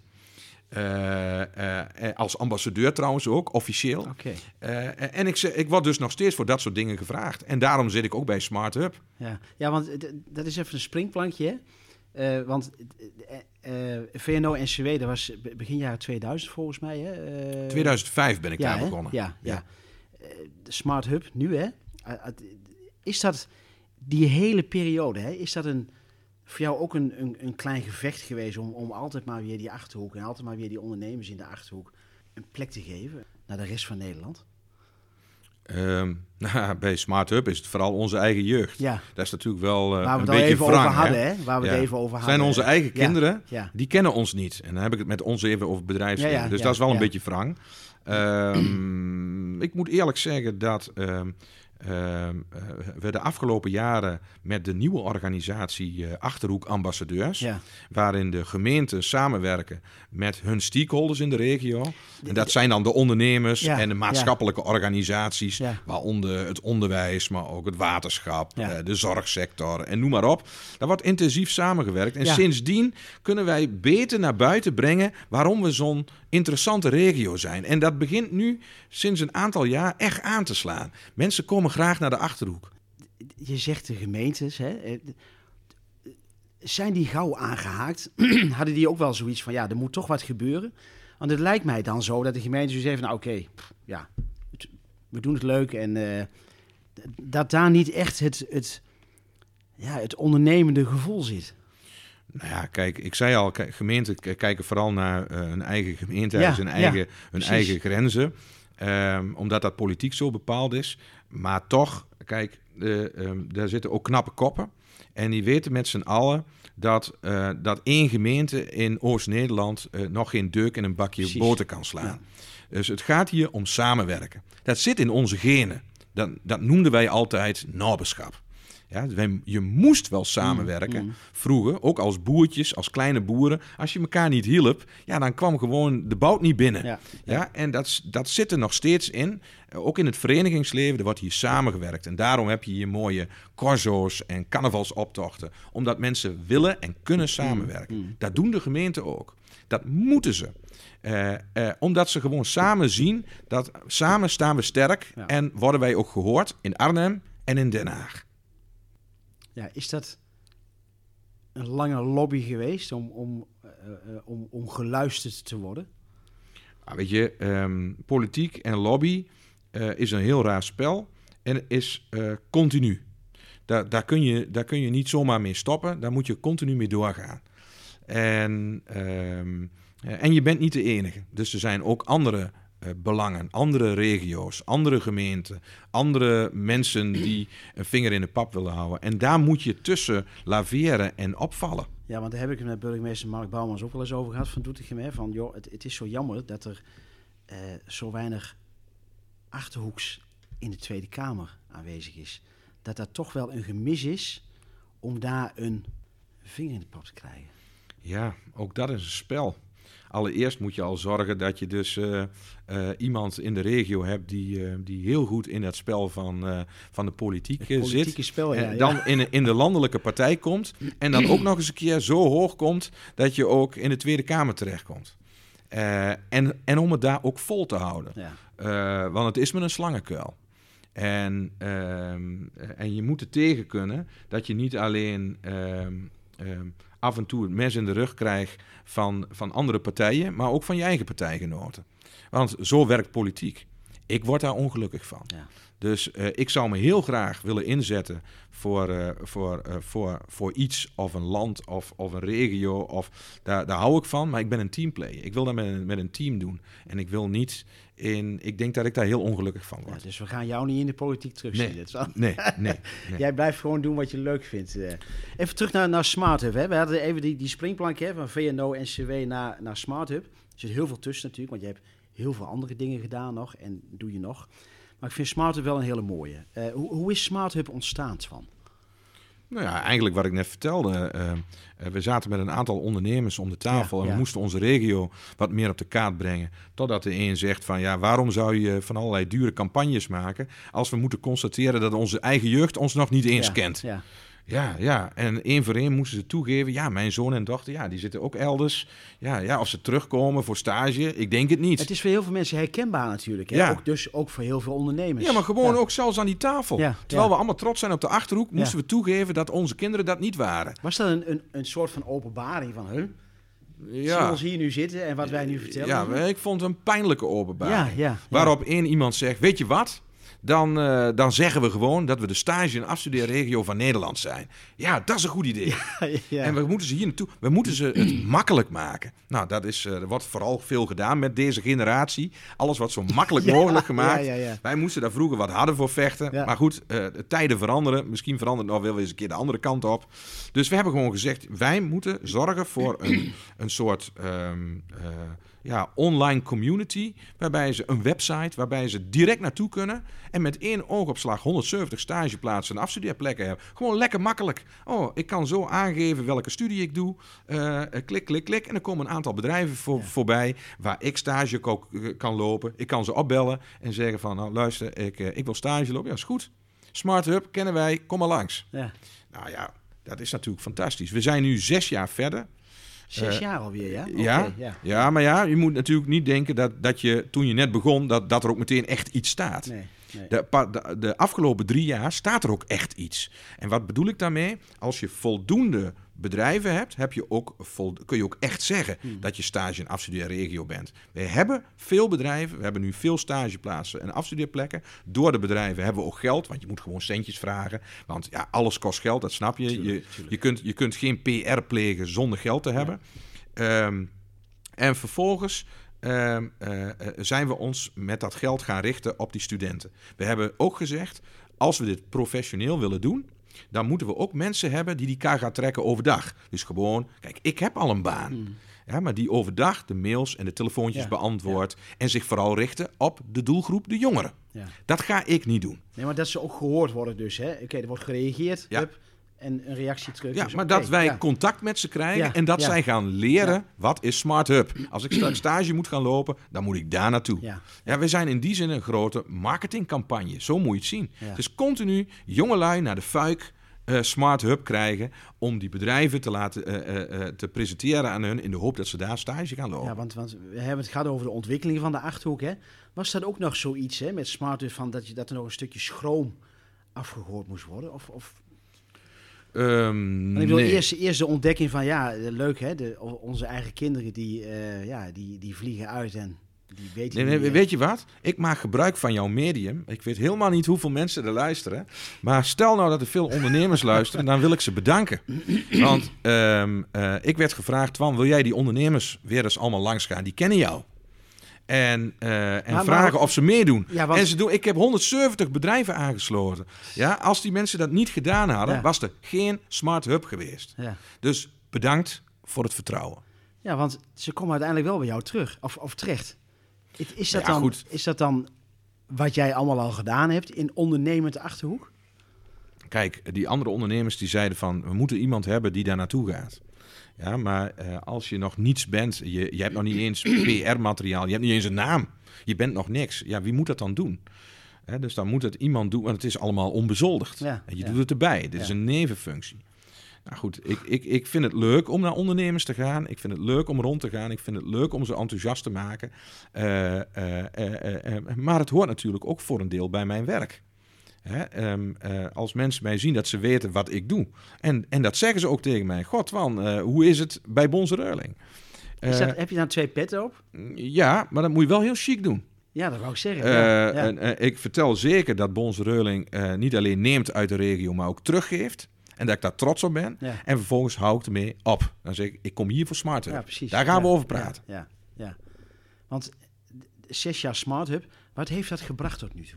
Als ambassadeur trouwens ook, officieel. Okay. En ik word dus nog steeds voor dat soort dingen gevraagd. En daarom zit ik ook bij Smart Hub. Ja, want dat is even een springplankje, hè? Want VNO-NCW, dat was begin jaren 2000 volgens mij. Hè? 2005 ben ik daar begonnen. Ja. De Smart Hub, nu hè. Is dat die hele periode, hè? Is dat voor jou ook een klein gevecht geweest om altijd maar weer die Achterhoek en altijd maar weer die ondernemers in de Achterhoek een plek te geven naar de rest van Nederland? Bij Smart Hub is het vooral onze eigen jeugd. Ja. Dat is natuurlijk wel waar we een het beetje even wrang. Over hadden, hè? Waar we het even over hadden. Zijn onze eigen kinderen, Ja. die kennen ons niet. En dan heb ik het met ons even over bedrijfsleven. Dus dat is wel een beetje wrang. Ik moet eerlijk zeggen dat we de afgelopen jaren met de nieuwe organisatie Achterhoek Ambassadeurs, waarin de gemeenten samenwerken met hun stakeholders in de regio. En dat zijn dan de ondernemers en de maatschappelijke organisaties, waaronder het onderwijs, maar ook het waterschap, de zorgsector en noem maar op. Daar wordt intensief samengewerkt. En sindsdien kunnen wij beter naar buiten brengen waarom we zo'n interessante regio zijn. En dat begint nu sinds een aantal jaar echt aan te slaan. Mensen komen graag naar de Achterhoek. Je zegt de gemeentes, hè? Zijn die gauw aangehaakt? Hadden die ook wel zoiets van, er moet toch wat gebeuren? Want het lijkt mij dan zo dat de gemeente zo zeggen, we doen het leuk. En dat daar niet echt het ondernemende gevoel zit. Nou ja, kijk, ik zei al, gemeenten kijken vooral naar hun eigen gemeentehuis, hun eigen grenzen. Omdat dat politiek zo bepaald is. Maar toch, kijk, daar zitten ook knappe koppen. En die weten met z'n allen dat één gemeente in Oost-Nederland nog geen deuk in een bakje boter kan slaan. Ja. Dus het gaat hier om samenwerken. Dat zit in onze genen. Dat noemden wij altijd naberschap. Ja, je moest wel samenwerken. Vroeger, ook als boertjes, als kleine boeren. Als je elkaar niet hielp, dan kwam gewoon de bout niet binnen. En dat zit er nog steeds in. Ook in het verenigingsleven, er wordt hier samengewerkt. En daarom heb je hier mooie corso's en carnavalsoptochten. Omdat mensen willen en kunnen samenwerken. Dat doen de gemeenten ook. Dat moeten ze. Omdat ze gewoon samen zien dat samen staan we sterk. En worden wij ook gehoord in Arnhem en in Den Haag. Ja, is dat een lange lobby geweest om geluisterd te worden? Weet je, politiek en lobby is een heel raar spel en is continu. Daar kun je niet zomaar mee stoppen, daar moet je continu mee doorgaan. En je bent niet de enige. Dus er zijn ook andere belangen, andere regio's, andere gemeenten, andere mensen die een vinger in de pap willen houden. En daar moet je tussen laveren en opvallen. Ja, want daar heb ik het met burgemeester Mark Bouwmans ook wel eens over gehad van Doetinchem. Hè? Van, joh, het is zo jammer dat er zo weinig Achterhoeks in de Tweede Kamer aanwezig is. Dat dat toch wel een gemis is om daar een vinger in de pap te krijgen. Ja, ook dat is een spel. Allereerst moet je al zorgen dat je dus iemand in de regio hebt die heel goed in het spel van de politiek zit. Spel, dan in de landelijke partij komt. En dan ook nog eens een keer zo hoog komt dat je ook in de Tweede Kamer terechtkomt. En om het daar ook vol te houden. Ja. Want het is met een slangenkuil. En je moet er tegen kunnen dat je niet alleen af en toe het mes in de rug krijgt van andere partijen, maar ook van je eigen partijgenoten. Want zo werkt politiek. Ik word daar ongelukkig van. Ja. Dus ik zou me heel graag willen inzetten voor iets of een land of een regio. Daar hou ik van, maar ik ben een teamplayer. Ik wil dat met een team doen. En ik wil niet ik denk dat ik daar heel ongelukkig van word. Ja, dus we gaan jou niet in de politiek terugzien. Nee. Jij blijft gewoon doen wat je leuk vindt. Even terug naar Smart Hub. Hè. We hadden even die springplank van VNO-NCW naar Smart Hub. Er zit heel veel tussen natuurlijk, want je hebt heel veel andere dingen gedaan nog en doe je nog. Maar ik vind Smart Hub wel een hele mooie. Hoe is Smart Hub ontstaan, Twan? Nou ja, eigenlijk wat ik net vertelde. We zaten met een aantal ondernemers om de tafel en we moesten onze regio wat meer op de kaart brengen. Totdat de een zegt van waarom zou je van allerlei dure campagnes maken als we moeten constateren dat onze eigen jeugd ons nog niet eens kent. Ja. En één voor één moesten ze toegeven. Mijn zoon en dochter, die zitten ook elders. Of ze terugkomen voor stage, ik denk het niet. Het is voor heel veel mensen herkenbaar natuurlijk. Hè? Ja. Ook voor heel veel ondernemers. Ja, maar gewoon ook zelfs aan die tafel. Terwijl we allemaal trots zijn op de Achterhoek, moesten we toegeven dat onze kinderen dat niet waren. Was dat een soort van openbaring van zoals hier nu zitten en wat wij nu vertellen? Ja, ik vond het een pijnlijke openbaring. Waarop één iemand zegt, weet je wat? dan zeggen we gewoon dat we de stage- en afstudeerregio van Nederland zijn. Ja, dat is een goed idee. Ja. En we moeten ze hier naartoe. We moeten ze het makkelijk maken. Nou, er wordt vooral veel gedaan met deze generatie. Alles wordt zo makkelijk mogelijk gemaakt. Ja. Wij moesten daar vroeger wat harder voor vechten. Ja. Maar goed, de tijden veranderen. Misschien verandert nog wel eens een keer de andere kant op. Dus we hebben gewoon gezegd, wij moeten zorgen voor een soort online community, waarbij ze een website, waarbij ze direct naartoe kunnen en met 1 oogopslag 170 stageplaatsen en afstudeerplekken hebben. Gewoon lekker makkelijk. Oh, ik kan zo aangeven welke studie ik doe. Klik, klik, klik. En er komen een aantal bedrijven voorbij waar ik stage kan lopen. Ik kan ze opbellen en zeggen van, nou luister, ik wil stage lopen. Ja, is goed. Smart Hub kennen wij, kom maar langs. Ja. Nou ja, dat is natuurlijk fantastisch. We zijn nu 6 jaar verder. 6 jaar alweer, ja? Okay, ja, maar ja, je moet natuurlijk niet denken dat je toen je net begon, dat er ook meteen echt iets staat. Nee. De afgelopen 3 jaar staat er ook echt iets. En wat bedoel ik daarmee? Als je voldoende bedrijven hebt, kun je ook echt zeggen dat je stage- en afstudeerregio bent. We hebben veel bedrijven, we hebben nu veel stageplaatsen en afstudeerplekken. Door de bedrijven hebben we ook geld, want je moet gewoon centjes vragen. Want ja, alles kost geld, dat snap je. Tuurlijk. Je kunt geen PR plegen zonder geld te hebben. Ja. En vervolgens zijn we ons met dat geld gaan richten op die studenten. We hebben ook gezegd, als we dit professioneel willen doen, dan moeten we ook mensen hebben die kar gaan trekken overdag. Dus gewoon, kijk, ik heb al een baan. Ja, maar die overdag de mails en de telefoontjes beantwoordt en zich vooral richten op de doelgroep, de jongeren. Ja. Dat ga ik niet doen. Nee, maar dat ze ook gehoord worden dus, hè? Oké, er wordt gereageerd en een reactie terug. Ja, dus maar dat wij contact met ze krijgen en dat zij gaan leren wat is Smart Hub. Als ik straks stage moet gaan lopen, dan moet ik daar naartoe. Ja, we zijn in die zin een grote marketingcampagne. Zo moet je het zien. Ja. Dus continu jongelui naar de fuik Smart Hub krijgen om die bedrijven te laten te presenteren aan hun in de hoop dat ze daar stage gaan lopen. Ja, want we hebben het gehad over de ontwikkeling van de Achterhoek, hè? Was dat ook nog zoiets, hè, met Smart Hub, van dat er nog een stukje schroom afgegooid moest worden? Ik bedoel, eerst de ontdekking van, leuk hè, onze eigen kinderen die vliegen uit en die weten niet. Weet je wat? Ik maak gebruik van jouw medium. Ik weet helemaal niet hoeveel mensen er luisteren. Maar stel nou dat er veel ondernemers luisteren, dan wil ik ze bedanken. Want ik werd gevraagd, Twan, wil jij die ondernemers weer eens allemaal langs gaan? Die kennen jou. En vragen of ze meedoen. Ja, want... En ze doen. Ik heb 170 bedrijven aangesloten. Ja, als die mensen dat niet gedaan hadden, was er geen Smart Hub geweest. Ja. Dus bedankt voor het vertrouwen. Ja, want ze komen uiteindelijk wel bij jou terug. Of terecht. Is dat dan wat jij allemaal al gedaan hebt in ondernemend Achterhoek? Kijk, die andere ondernemers die zeiden van, we moeten iemand hebben die daar naartoe gaat. Ja, maar als je nog niets bent, je hebt nog niet eens PR-materiaal, je hebt niet eens een naam, je bent nog niks. Ja, wie moet dat dan doen? Dus dan moet het iemand doen, want het is allemaal onbezoldigd. Ja, en je doet het erbij. Dit is een nevenfunctie. Nou goed, ik vind het leuk om naar ondernemers te gaan. Ik vind het leuk om rond te gaan. Ik vind het leuk om ze enthousiast te maken. Maar het hoort natuurlijk ook voor een deel bij mijn werk. Als mensen mij zien, dat ze weten wat ik doe. En dat zeggen ze ook tegen mij. God, Twan, hoe is het bij Bonzereuling? Heb je dan 2 petten op? Ja, maar dat moet je wel heel chic doen. Ja, dat wou ik zeggen. Ik vertel zeker dat Bonzereuling niet alleen neemt uit de regio, maar ook teruggeeft. En dat ik daar trots op ben. Ja. En vervolgens hou ik ermee op. Dan zeg ik kom hier voor Smart Hub. Ja, precies. Daar gaan we over praten. Ja. Want 6 jaar Smart Hub, wat heeft dat gebracht tot nu toe?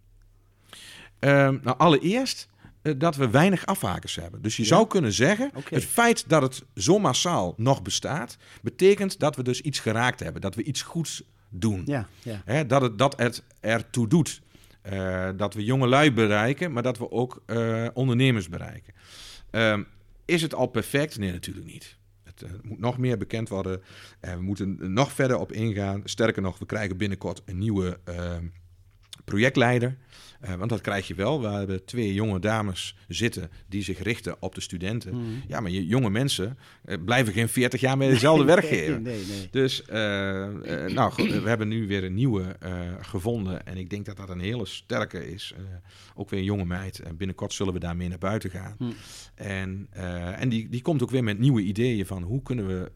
Allereerst dat we weinig afhakers hebben. Dus je zou kunnen zeggen, het feit dat het zo massaal nog bestaat, betekent dat we dus iets geraakt hebben. Dat we iets goeds doen. Dat het ertoe doet. Dat we jongelui bereiken, maar dat we ook ondernemers bereiken. Is het al perfect? Nee, natuurlijk niet. Het moet nog meer bekend worden. We moeten nog verder op ingaan. Sterker nog, we krijgen binnenkort een nieuwe projectleider. Want dat krijg je wel. We hebben 2 jonge dames zitten die zich richten op de studenten. Ja, maar jonge mensen blijven geen 40 jaar met dezelfde werkgever. Nee. Dus we hebben nu weer een nieuwe gevonden. En ik denk dat dat een hele sterke is. Ook weer een jonge meid. Binnenkort zullen we daarmee naar buiten gaan. En die komt ook weer met nieuwe ideeën van hoe kunnen we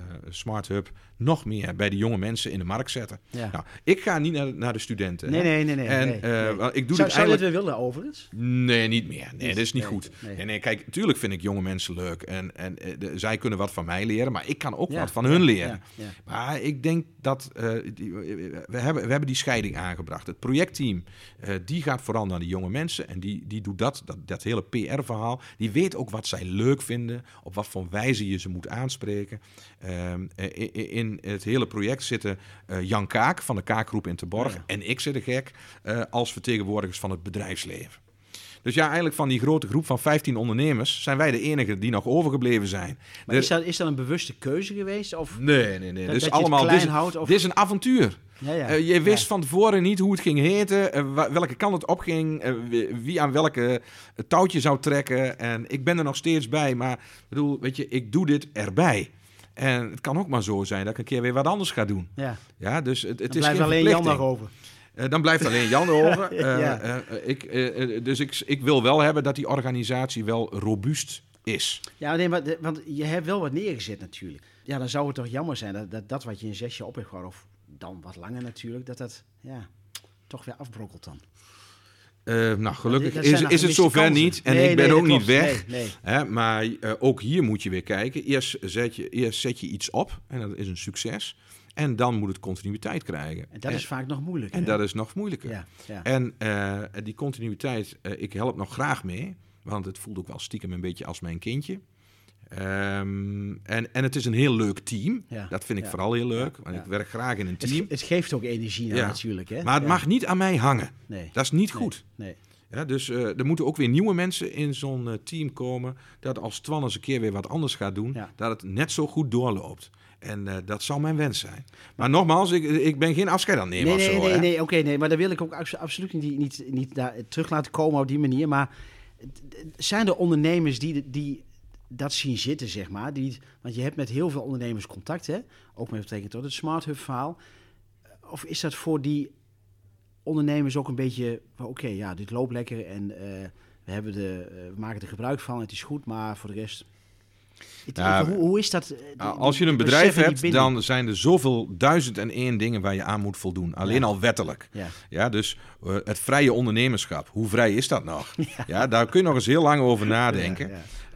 Smart Hub nog meer bij de jonge mensen in de markt zetten. Ja. Nou, ik ga niet naar de studenten. Nee. Ik doe zou je het weer willen, overigens? Nee, niet meer. Nee, dat is niet goed. Nee. Nee, kijk, natuurlijk vind ik jonge mensen leuk. En zij kunnen wat van mij leren, maar ik kan ook wat van hun leren. Ja. Maar ik denk dat we hebben die scheiding aangebracht. Het projectteam, die gaat vooral naar de jonge mensen. En die doet dat hele PR-verhaal. Die weet ook wat zij leuk vinden. Op wat voor wijze je ze moet aanspreken. In het hele project zitten Jan Kaak van de Kaakgroep in Terborg. Ja. En ik zit er gek als vertegenwoordigers van het bedrijfsleven. Dus ja, eigenlijk van die grote groep van 15 ondernemers zijn wij de enigen die nog overgebleven zijn. Maar is dat een bewuste keuze geweest? Of Nee. Dit is allemaal. Dit is een avontuur. Ja. Je wist van tevoren niet hoe het ging heten, welke kant het opging, wie aan welke touwtje zou trekken. En ik ben er nog steeds bij, maar weet je, ik doe dit erbij. En het kan ook maar zo zijn dat ik een keer weer wat anders ga doen. Ja, dus het is geen alleen Jan nog over. Dan blijft alleen Jan over. Dus ik wil wel hebben dat die organisatie wel robuust is. Ja, nee, want je hebt wel wat neergezet natuurlijk. Ja, dan zou het toch jammer zijn dat wat je in 6 jaar op hebt gehouden, of dan wat langer natuurlijk, dat toch weer afbrokkelt dan. Gelukkig is het zover kansen. Niet. En ik ben ook niet weg. Nee. Maar ook hier moet je weer kijken. Eerst zet je iets op en dat is een succes. En dan moet het continuïteit krijgen. En dat is vaak nog moeilijker. En dat is nog moeilijker. Ja. En die continuïteit, ik help nog graag mee. Want het voelt ook wel stiekem een beetje als mijn kindje. En het is een heel leuk team. Ja. Dat vind ik vooral heel leuk. Want ik werk graag in een team. Het geeft ook energie natuurlijk. Hè? Maar het mag niet aan mij hangen. Nee. Dat is niet goed. Nee. Ja, dus er moeten ook weer nieuwe mensen in zo'n team komen. Dat als Twan eens een keer weer wat anders gaat doen, dat het net zo goed doorloopt. En dat zou mijn wens zijn. Maar nogmaals, ik ben geen afscheid aan het nemen. Nee, maar daar wil ik ook absoluut niet daar terug laten komen op die manier. Maar zijn er ondernemers die dat zien zitten, zeg maar? Want je hebt met heel veel ondernemers contact, hè? Ook met betrekking tot het Smart Hub verhaal. Of is dat voor die ondernemers ook een beetje, dit loopt lekker en we maken er gebruik van, het is goed, maar voor de rest. Hoe is dat? Als je een bedrijf hebt, dan zijn er zoveel 1001 dingen waar je aan moet voldoen. Alleen al wettelijk. Ja, dus het vrije ondernemerschap. Hoe vrij is dat nog? Ja, daar kun je nog eens heel lang over nadenken.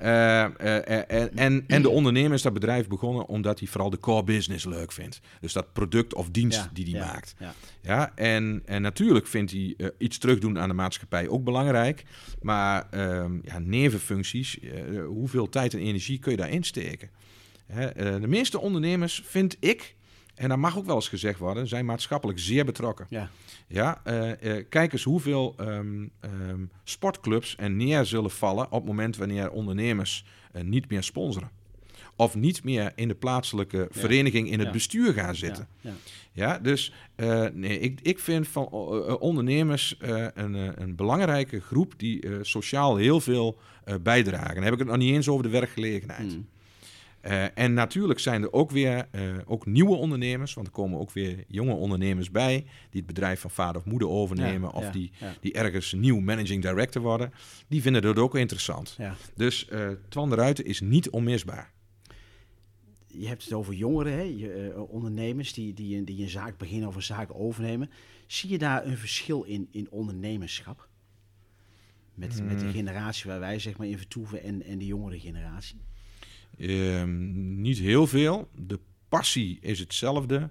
En de ondernemer is dat bedrijf begonnen omdat hij vooral de core business leuk vindt. Dus dat product of dienst die hij maakt. Ja, en natuurlijk vindt hij iets terugdoen aan de maatschappij ook belangrijk. Maar nevenfuncties, hoeveel tijd en energie kun je daarin steken? De meeste ondernemers, vind ik, en dat mag ook wel eens gezegd worden, zijn maatschappelijk zeer betrokken. Kijk eens hoeveel sportclubs er neer zullen vallen op het moment wanneer ondernemers niet meer sponsoren. Of niet meer in de plaatselijke vereniging in het bestuur gaan zitten. Dus ik vind van ondernemers een belangrijke groep die sociaal heel veel bijdragen. Dan heb ik het nog niet eens over de werkgelegenheid. En natuurlijk zijn er ook weer ook nieuwe ondernemers, want er komen ook weer jonge ondernemers bij die het bedrijf van vader of moeder overnemen of die ergens nieuw managing director worden. Die vinden dat ook interessant. Dus Twan de Ruiter is niet onmisbaar. Je hebt het over jongeren, hè? Ondernemers die een zaak beginnen of een zaak overnemen. Zie je daar een verschil in ondernemerschap? Met de generatie waar wij zeg maar in vertoeven en de jongere generatie? Niet heel veel. De passie is hetzelfde.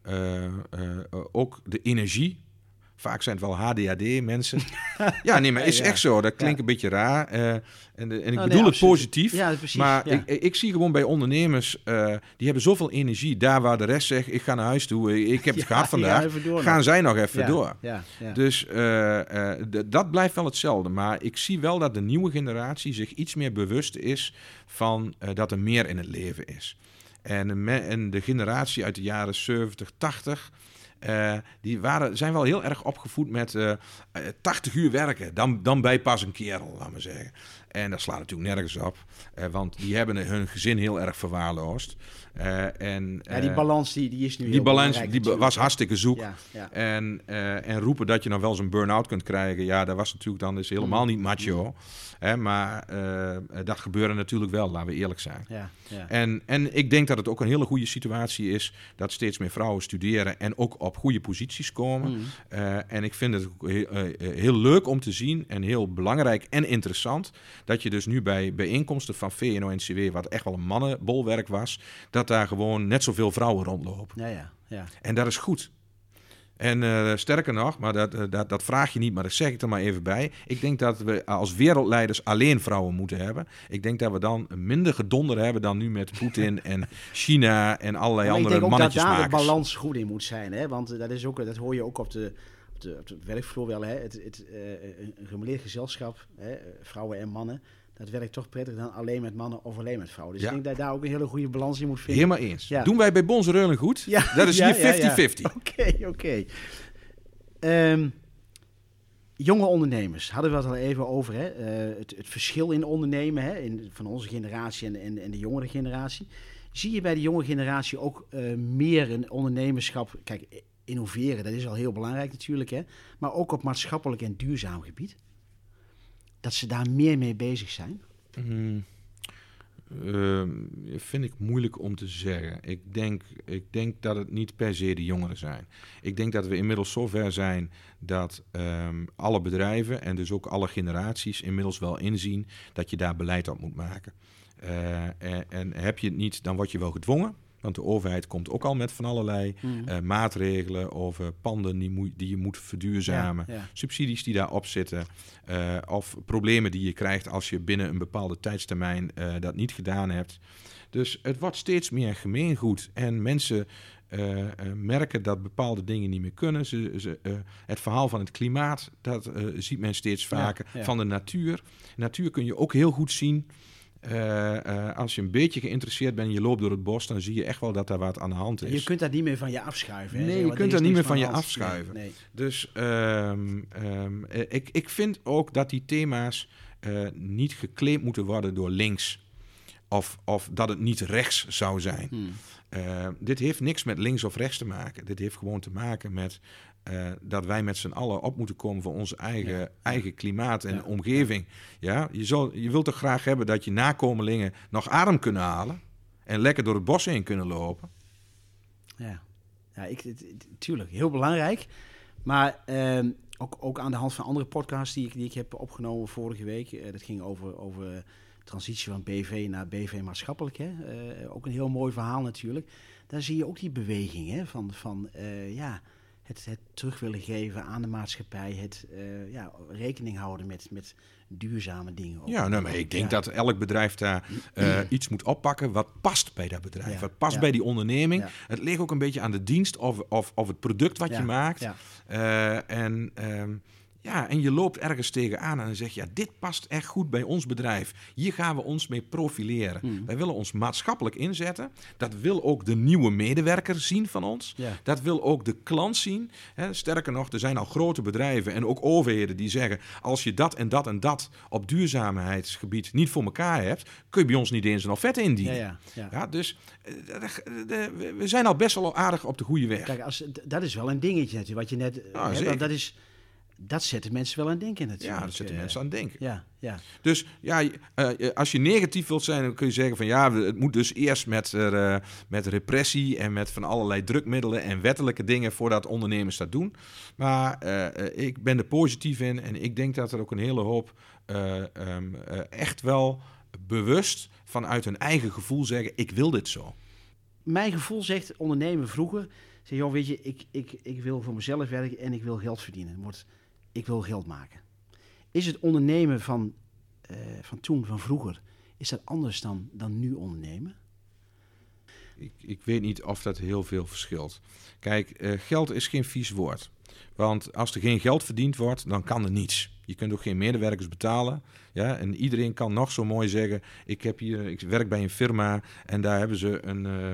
Ook de energie. Vaak zijn het wel HDHD-mensen. Maar is echt zo. Dat klinkt een beetje raar. En ik bedoel het positief. Ja, precies. Maar ik zie gewoon bij ondernemers, die hebben zoveel energie. Daar waar de rest zegt, ik ga naar huis toe. Ik heb het gehad vandaag. Gaan zij nog even door. Dus dat blijft wel hetzelfde. Maar ik zie wel dat de nieuwe generatie zich iets meer bewust is van dat er meer in het leven is. En de generatie uit de jaren 70, 80... die zijn wel heel erg opgevoed met 80 uur werken. Dan ben je pas een kerel, laat maar zeggen. En dat slaat natuurlijk nergens op. Want die hebben hun gezin heel erg verwaarloosd. Die balans die is nu die balans die was hartstikke zoek. Ja. En roepen dat je nou wel eens een burn-out kunt krijgen. Ja, dat was natuurlijk dan dus helemaal niet macho. Maar dat gebeurde natuurlijk wel, laten we eerlijk zijn. Ja. En ik denk dat het ook een hele goede situatie is dat steeds meer vrouwen studeren en ook op goede posities komen. En ik vind het ook heel leuk om te zien en heel belangrijk en interessant dat je dus nu bij bijeenkomsten van VNO-NCW, wat echt wel een mannenbolwerk was, dat daar gewoon net zoveel vrouwen rondlopen. Ja. En dat is goed. En sterker nog, maar dat vraag je niet, maar dat zeg ik er maar even bij. Ik denk dat we als wereldleiders alleen vrouwen moeten hebben. Ik denk dat we dan minder gedonder hebben dan nu met Poetin en China en allerlei andere mannetjesmakers. Ik denk ook dat daar de balans goed in moet zijn. Hè? Want dat hoor je ook op de werkvloer wel. Hè? Een gereguleerd gezelschap, hè? Vrouwen en mannen. Dat werkt toch prettiger dan alleen met mannen of alleen met vrouwen. Dus ik denk dat daar ook een hele goede balans in moet vinden. Helemaal eens. Ja. Doen wij bij Bonze Reulen goed? Ja. Dat is hier 50-50. Oké. Jonge ondernemers, hadden we het al even over. Hè? Het verschil in ondernemen, hè? Van onze generatie en de jongere generatie. Zie je bij de jonge generatie ook meer een ondernemerschap? Kijk, innoveren, dat is al heel belangrijk natuurlijk. Hè? Maar ook op maatschappelijk en duurzaam gebied. Dat ze daar meer mee bezig zijn? Vind ik moeilijk om te zeggen. Ik denk dat het niet per se de jongeren zijn. Ik denk dat we inmiddels zover zijn dat alle bedrijven en dus ook alle generaties inmiddels wel inzien dat je daar beleid op moet maken. En heb je het niet, dan word je wel gedwongen. Want de overheid komt ook al met van allerlei maatregelen over panden die je moet verduurzamen. Subsidies die daarop zitten. Of problemen die je krijgt als je binnen een bepaalde tijdstermijn dat niet gedaan hebt. Dus het wordt steeds meer gemeengoed. En mensen merken dat bepaalde dingen niet meer kunnen. Het verhaal van het klimaat, dat ziet men steeds vaker. Van de natuur. Natuur kun je ook heel goed zien. Als je een beetje geïnteresseerd bent en je loopt door het bos, dan zie je echt wel dat daar wat aan de hand is. Je kunt dat niet meer van je afschuiven. Hè? Nee, je kunt dat niet meer van je afschuiven. Nee. Dus ik vind ook dat die thema's niet geclaimd moeten worden door links. Of dat het niet rechts zou zijn. Dit heeft niks met links of rechts te maken. Dit heeft gewoon te maken met dat wij met z'n allen op moeten komen voor onze eigen klimaat en omgeving. Ja? Je wilt toch graag hebben dat je nakomelingen nog adem kunnen halen en lekker door het bos heen kunnen lopen? Tuurlijk, heel belangrijk. Maar ook aan de hand van andere podcasts die ik heb opgenomen vorige week. Dat ging over transitie van BV naar BV maatschappelijk. Hè? Ook een heel mooi verhaal natuurlijk. Daar zie je ook die beweging hè? van het terug willen geven aan de maatschappij. Het rekening houden met duurzame dingen. Ja, maar ik denk dat elk bedrijf daar iets moet oppakken wat past bij dat bedrijf. Wat past bij die onderneming. Ja. Het ligt ook een beetje aan de dienst of het product wat je maakt. Ja. En je loopt ergens tegenaan en dan zeg je, dit past echt goed bij ons bedrijf. Hier gaan we ons mee profileren. Wij willen ons maatschappelijk inzetten. Dat wil ook de nieuwe medewerker zien van ons. Ja. Dat wil ook de klant zien. Sterker nog, er zijn al grote bedrijven en ook overheden die zeggen, als je dat en dat en dat op duurzaamheidsgebied niet voor elkaar hebt, kun je bij ons niet eens een offerte indienen. Ja, dus we zijn al best wel aardig op de goede weg. Kijk, dat is wel een dingetje natuurlijk, wat je net... Dat zetten mensen wel aan het denken natuurlijk. Ja, dat zetten mensen aan het denken. Ja. Dus als je negatief wilt zijn, dan kun je zeggen van het moet dus eerst met repressie en met van allerlei drukmiddelen en wettelijke dingen voordat ondernemers dat doen. Maar ik ben er positief in en ik denk dat er ook een hele hoop echt wel bewust vanuit hun eigen gevoel zeggen, ik wil dit zo. Mijn gevoel zegt ondernemen vroeger, weet je, ik wil voor mezelf werken en ik wil geld verdienen. Ik wil geld maken. Is het ondernemen van toen, van vroeger, is dat anders dan nu ondernemen? Ik weet niet of dat heel veel verschilt. Kijk, geld is geen vies woord. Want als er geen geld verdiend wordt, dan kan er niets. Je kunt ook geen medewerkers betalen. Ja? En iedereen kan nog zo mooi zeggen, ik werk bij een firma en daar hebben ze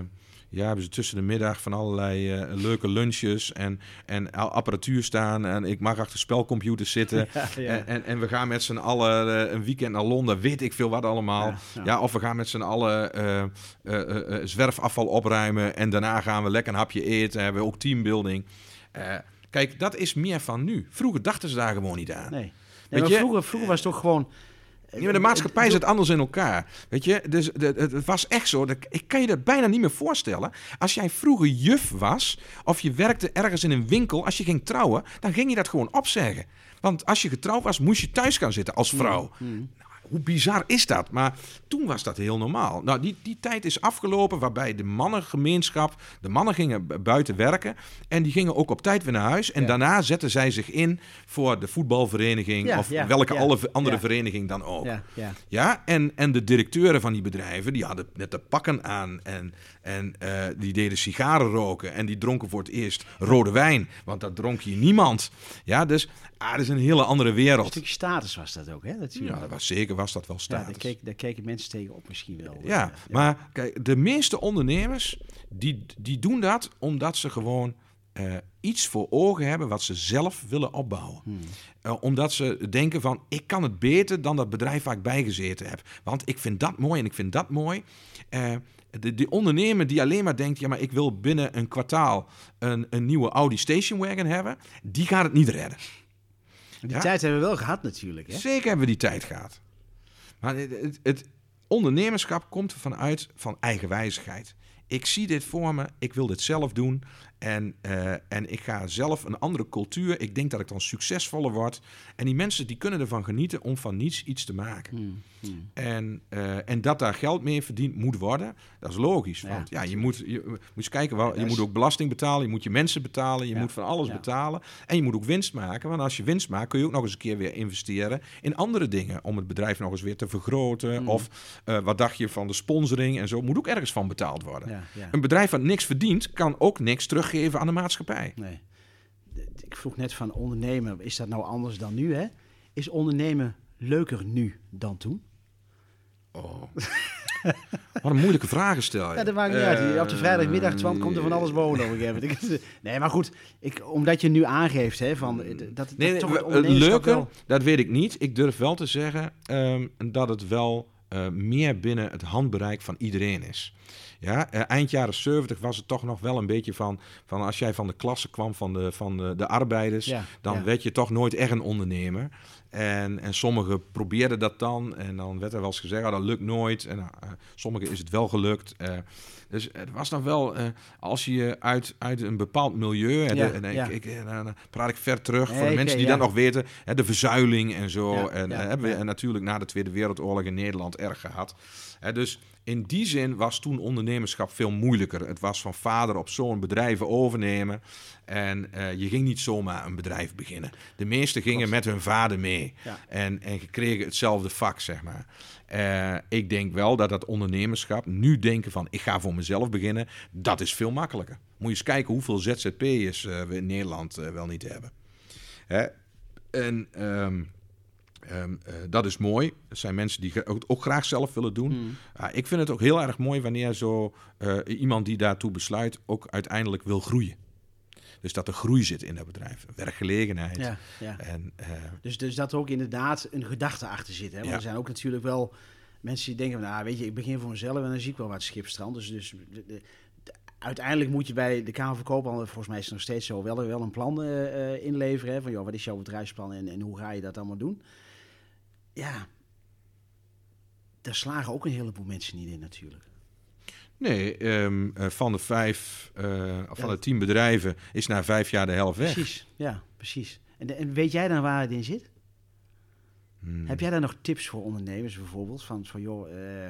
hebben ze tussen de middag van allerlei leuke lunches en apparatuur staan. En ik mag achter spelcomputers zitten. En we gaan met z'n allen een weekend naar Londen, weet ik veel wat allemaal. Ja, of we gaan met z'n allen zwerfafval opruimen en daarna gaan we lekker een hapje eten. Hebben we ook teambuilding. Kijk, dat is meer van nu. Vroeger dachten ze daar gewoon niet aan. Nee, maar vroeger was het toch gewoon... Ja, maar de maatschappij zit anders in elkaar. Weet je, dus het was echt zo. Ik kan je dat bijna niet meer voorstellen. Als jij vroeger juf was, of je werkte ergens in een winkel, als je ging trouwen, dan ging je dat gewoon opzeggen. Want als je getrouwd was, moest je thuis gaan zitten als vrouw. Hoe bizar is dat? Maar toen was dat heel normaal. Nou, die tijd is afgelopen waarbij de mannengemeenschap... De mannen gingen buiten werken en die gingen ook op tijd weer naar huis. En daarna zetten zij zich in voor de voetbalvereniging of welke andere vereniging dan ook. En de directeuren van die bedrijven, die hadden net de pakken aan en die deden sigaren roken. En die dronken voor het eerst rode wijn, want dat dronk hier niemand. Ja, dus dat is een hele andere wereld. Een stukje status was dat ook, hè? Ja, was dat wel status. Ja, daar keken mensen tegen op misschien wel. Ja, maar kijk, de meeste ondernemers, die doen dat omdat ze gewoon iets voor ogen hebben wat ze zelf willen opbouwen. Omdat ze denken van, ik kan het beter dan dat bedrijf waar ik bij gezeten heb. Want ik vind dat mooi en ik vind dat mooi. De ondernemer die alleen maar denkt, ja, maar ik wil binnen een kwartaal een nieuwe Audi Station Wagon hebben, die gaat het niet redden. Die tijd hebben we wel gehad natuurlijk. Hè? Zeker hebben we die tijd gehad. Maar het ondernemerschap komt vanuit van eigenwijzigheid. Ik zie dit voor me, ik wil dit zelf doen en ik ga zelf een andere cultuur. Ik denk dat ik dan succesvoller word. En die mensen die kunnen ervan genieten om van niets iets te maken. En dat daar geld mee verdiend moet worden, dat is logisch. Want je moet eens kijken, je moet ook belasting betalen, je moet je mensen betalen, je moet van alles betalen. En je moet ook winst maken, want als je winst maakt kun je ook nog eens een keer weer investeren in andere dingen. Om het bedrijf nog eens weer te vergroten. Of wat dacht je van de sponsoring en zo, moet ook ergens van betaald worden. Een bedrijf dat niks verdient, kan ook niks teruggeven aan de maatschappij. Nee. Ik vroeg net van ondernemen, is dat nou anders dan nu? Hè? Is ondernemen leuker nu dan toen? Oh. Wat een moeilijke vragen stel je. Ja, dat maakt niet uit. Op de vrijdagmiddag, Twan, komt er van alles boven. Nee, maar goed, omdat je nu aangeeft, hè, van dat toch het ondernemerschap leuker, wel... dat weet ik niet. Ik durf wel te zeggen dat het wel meer binnen het handbereik van iedereen is. Ja, eind jaren 70 was het toch nog wel een beetje van als jij van de klasse kwam van de arbeiders, dan werd je toch nooit echt een ondernemer. En sommigen probeerden dat dan en dan werd er wel eens gezegd, dat lukt nooit. En sommigen is het wel gelukt. Dus het was nog wel, als je uit een bepaald milieu, dan praat ik ver terug voor de mensen die dat nog weten, de verzuiling en zo. Hebben we natuurlijk na de Tweede Wereldoorlog in Nederland erg gehad. Dus in die zin was toen ondernemerschap veel moeilijker. Het was van vader op zoon bedrijven overnemen. En je ging niet zomaar een bedrijf beginnen. De meesten gingen met hun vader mee. Ja. En kregen hetzelfde vak, zeg maar. Ik denk wel dat ondernemerschap, nu denken van ik ga voor mezelf beginnen, dat is veel makkelijker. Moet je eens kijken hoeveel ZZP'ers we in Nederland wel niet hebben. Dat is mooi. Er zijn mensen die ook graag zelf willen doen. Ik vind het ook heel erg mooi wanneer zo iemand die daartoe besluit ook uiteindelijk wil groeien. Dus dat er groei zit in dat bedrijf. Werkgelegenheid. Ja. En, dus dat er ook inderdaad een gedachte achter zit. Hè? Want er zijn ook natuurlijk wel mensen die denken, nou weet je, ik begin voor mezelf en dan zie ik wel wat schipstrand. Dus uiteindelijk moet je bij de Kamer van Koophandel, volgens mij is het nog steeds zo, wel een plan inleveren. Hè? Van joh, wat is jouw bedrijfsplan en hoe ga je dat allemaal doen? Ja, daar slagen ook een heleboel mensen niet in natuurlijk. Nee, van de 10 bedrijven is na 5 jaar de helft weg. Precies, ja, precies. En weet jij dan waar het in zit? Heb jij daar nog tips voor ondernemers bijvoorbeeld? Van joh...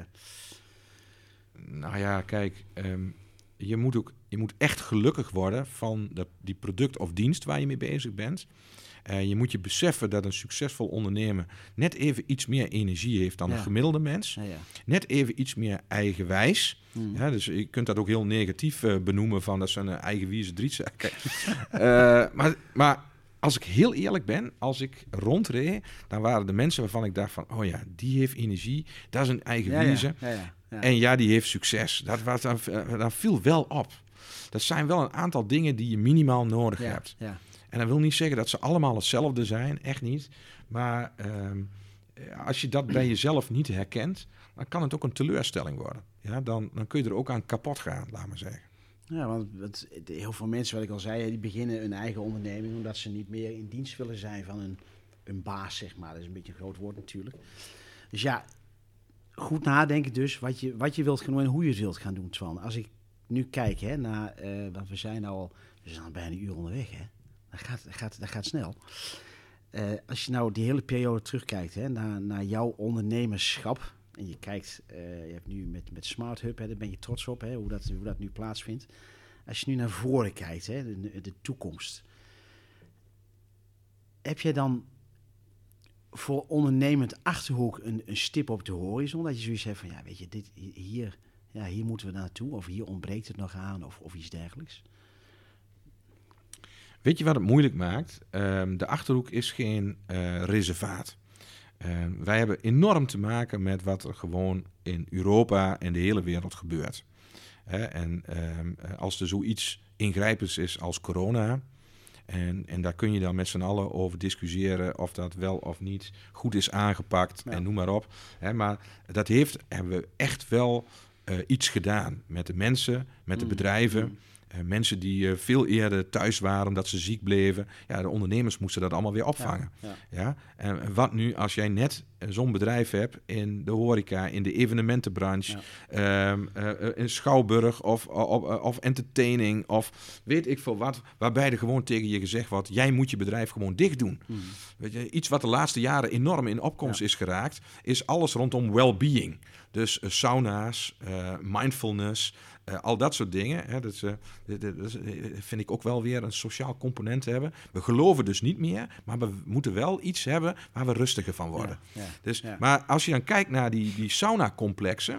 Nou ja, kijk, je moet echt gelukkig worden van die product of dienst waar je mee bezig bent. Je moet je beseffen dat een succesvol ondernemer net even iets meer energie heeft dan een gemiddelde mens. Ja. Net even iets meer eigenwijs. Ja, dus je kunt dat ook heel negatief benoemen van dat ze een eigenwijze drietzaak. Maar als ik heel eerlijk ben, als ik rondreed, dan waren de mensen waarvan ik dacht van, oh ja, die heeft energie, dat is een eigenwijze. Ja. En ja, die heeft succes. Dat viel wel op. Dat zijn wel een aantal dingen die je minimaal nodig hebt. Ja. En dat wil niet zeggen dat ze allemaal hetzelfde zijn. Echt niet. Maar als je dat bij jezelf niet herkent, dan kan het ook een teleurstelling worden. Ja, dan kun je er ook aan kapot gaan, laat maar zeggen. Ja, want heel veel mensen, wat ik al zei, die beginnen een eigen onderneming omdat ze niet meer in dienst willen zijn van een baas, zeg maar. Dat is een beetje een groot woord natuurlijk. Dus ja, goed nadenken dus wat je wilt gaan doen en hoe je het wilt gaan doen, Twan. Als ik nu kijk naar, want we zijn al bijna een uur onderweg, hè. Dat gaat snel. Als je nou die hele periode terugkijkt naar jouw ondernemerschap en je kijkt, je hebt nu met Smart Hub, daar ben je trots op, hoe dat nu plaatsvindt. Als je nu naar voren kijkt, de toekomst. Heb jij dan voor ondernemend Achterhoek een stip op de horizon? Dat je zoiets hebt van, ja, weet je, hier moeten we naartoe, of hier ontbreekt het nog aan, of iets dergelijks? Weet je wat het moeilijk maakt? De Achterhoek is geen reservaat. Wij hebben enorm te maken met wat er gewoon in Europa en de hele wereld gebeurt. En als er zoiets ingrijpends is als corona, en daar kun je dan met z'n allen over discussiëren of dat wel of niet goed is aangepakt en noem maar op. Maar dat hebben we echt wel iets gedaan met de mensen, met de bedrijven. Mensen die veel eerder thuis waren omdat ze ziek bleven. Ja, de ondernemers moesten dat allemaal weer opvangen. Ja. En wat nu als jij net zo'n bedrijf hebt in de horeca, in de evenementenbranche, in Schouwburg of entertaining of weet ik veel wat, waarbij er gewoon tegen je gezegd wordt, jij moet je bedrijf gewoon dicht doen. Weet je, iets wat de laatste jaren enorm in opkomst is geraakt, is alles rondom well-being. Dus sauna's, mindfulness, al dat soort dingen. Dat vind ik ook wel weer een sociaal component hebben. We geloven dus niet meer, maar we moeten wel iets hebben waar we rustiger van worden. Maar als je dan kijkt naar die sauna-complexen,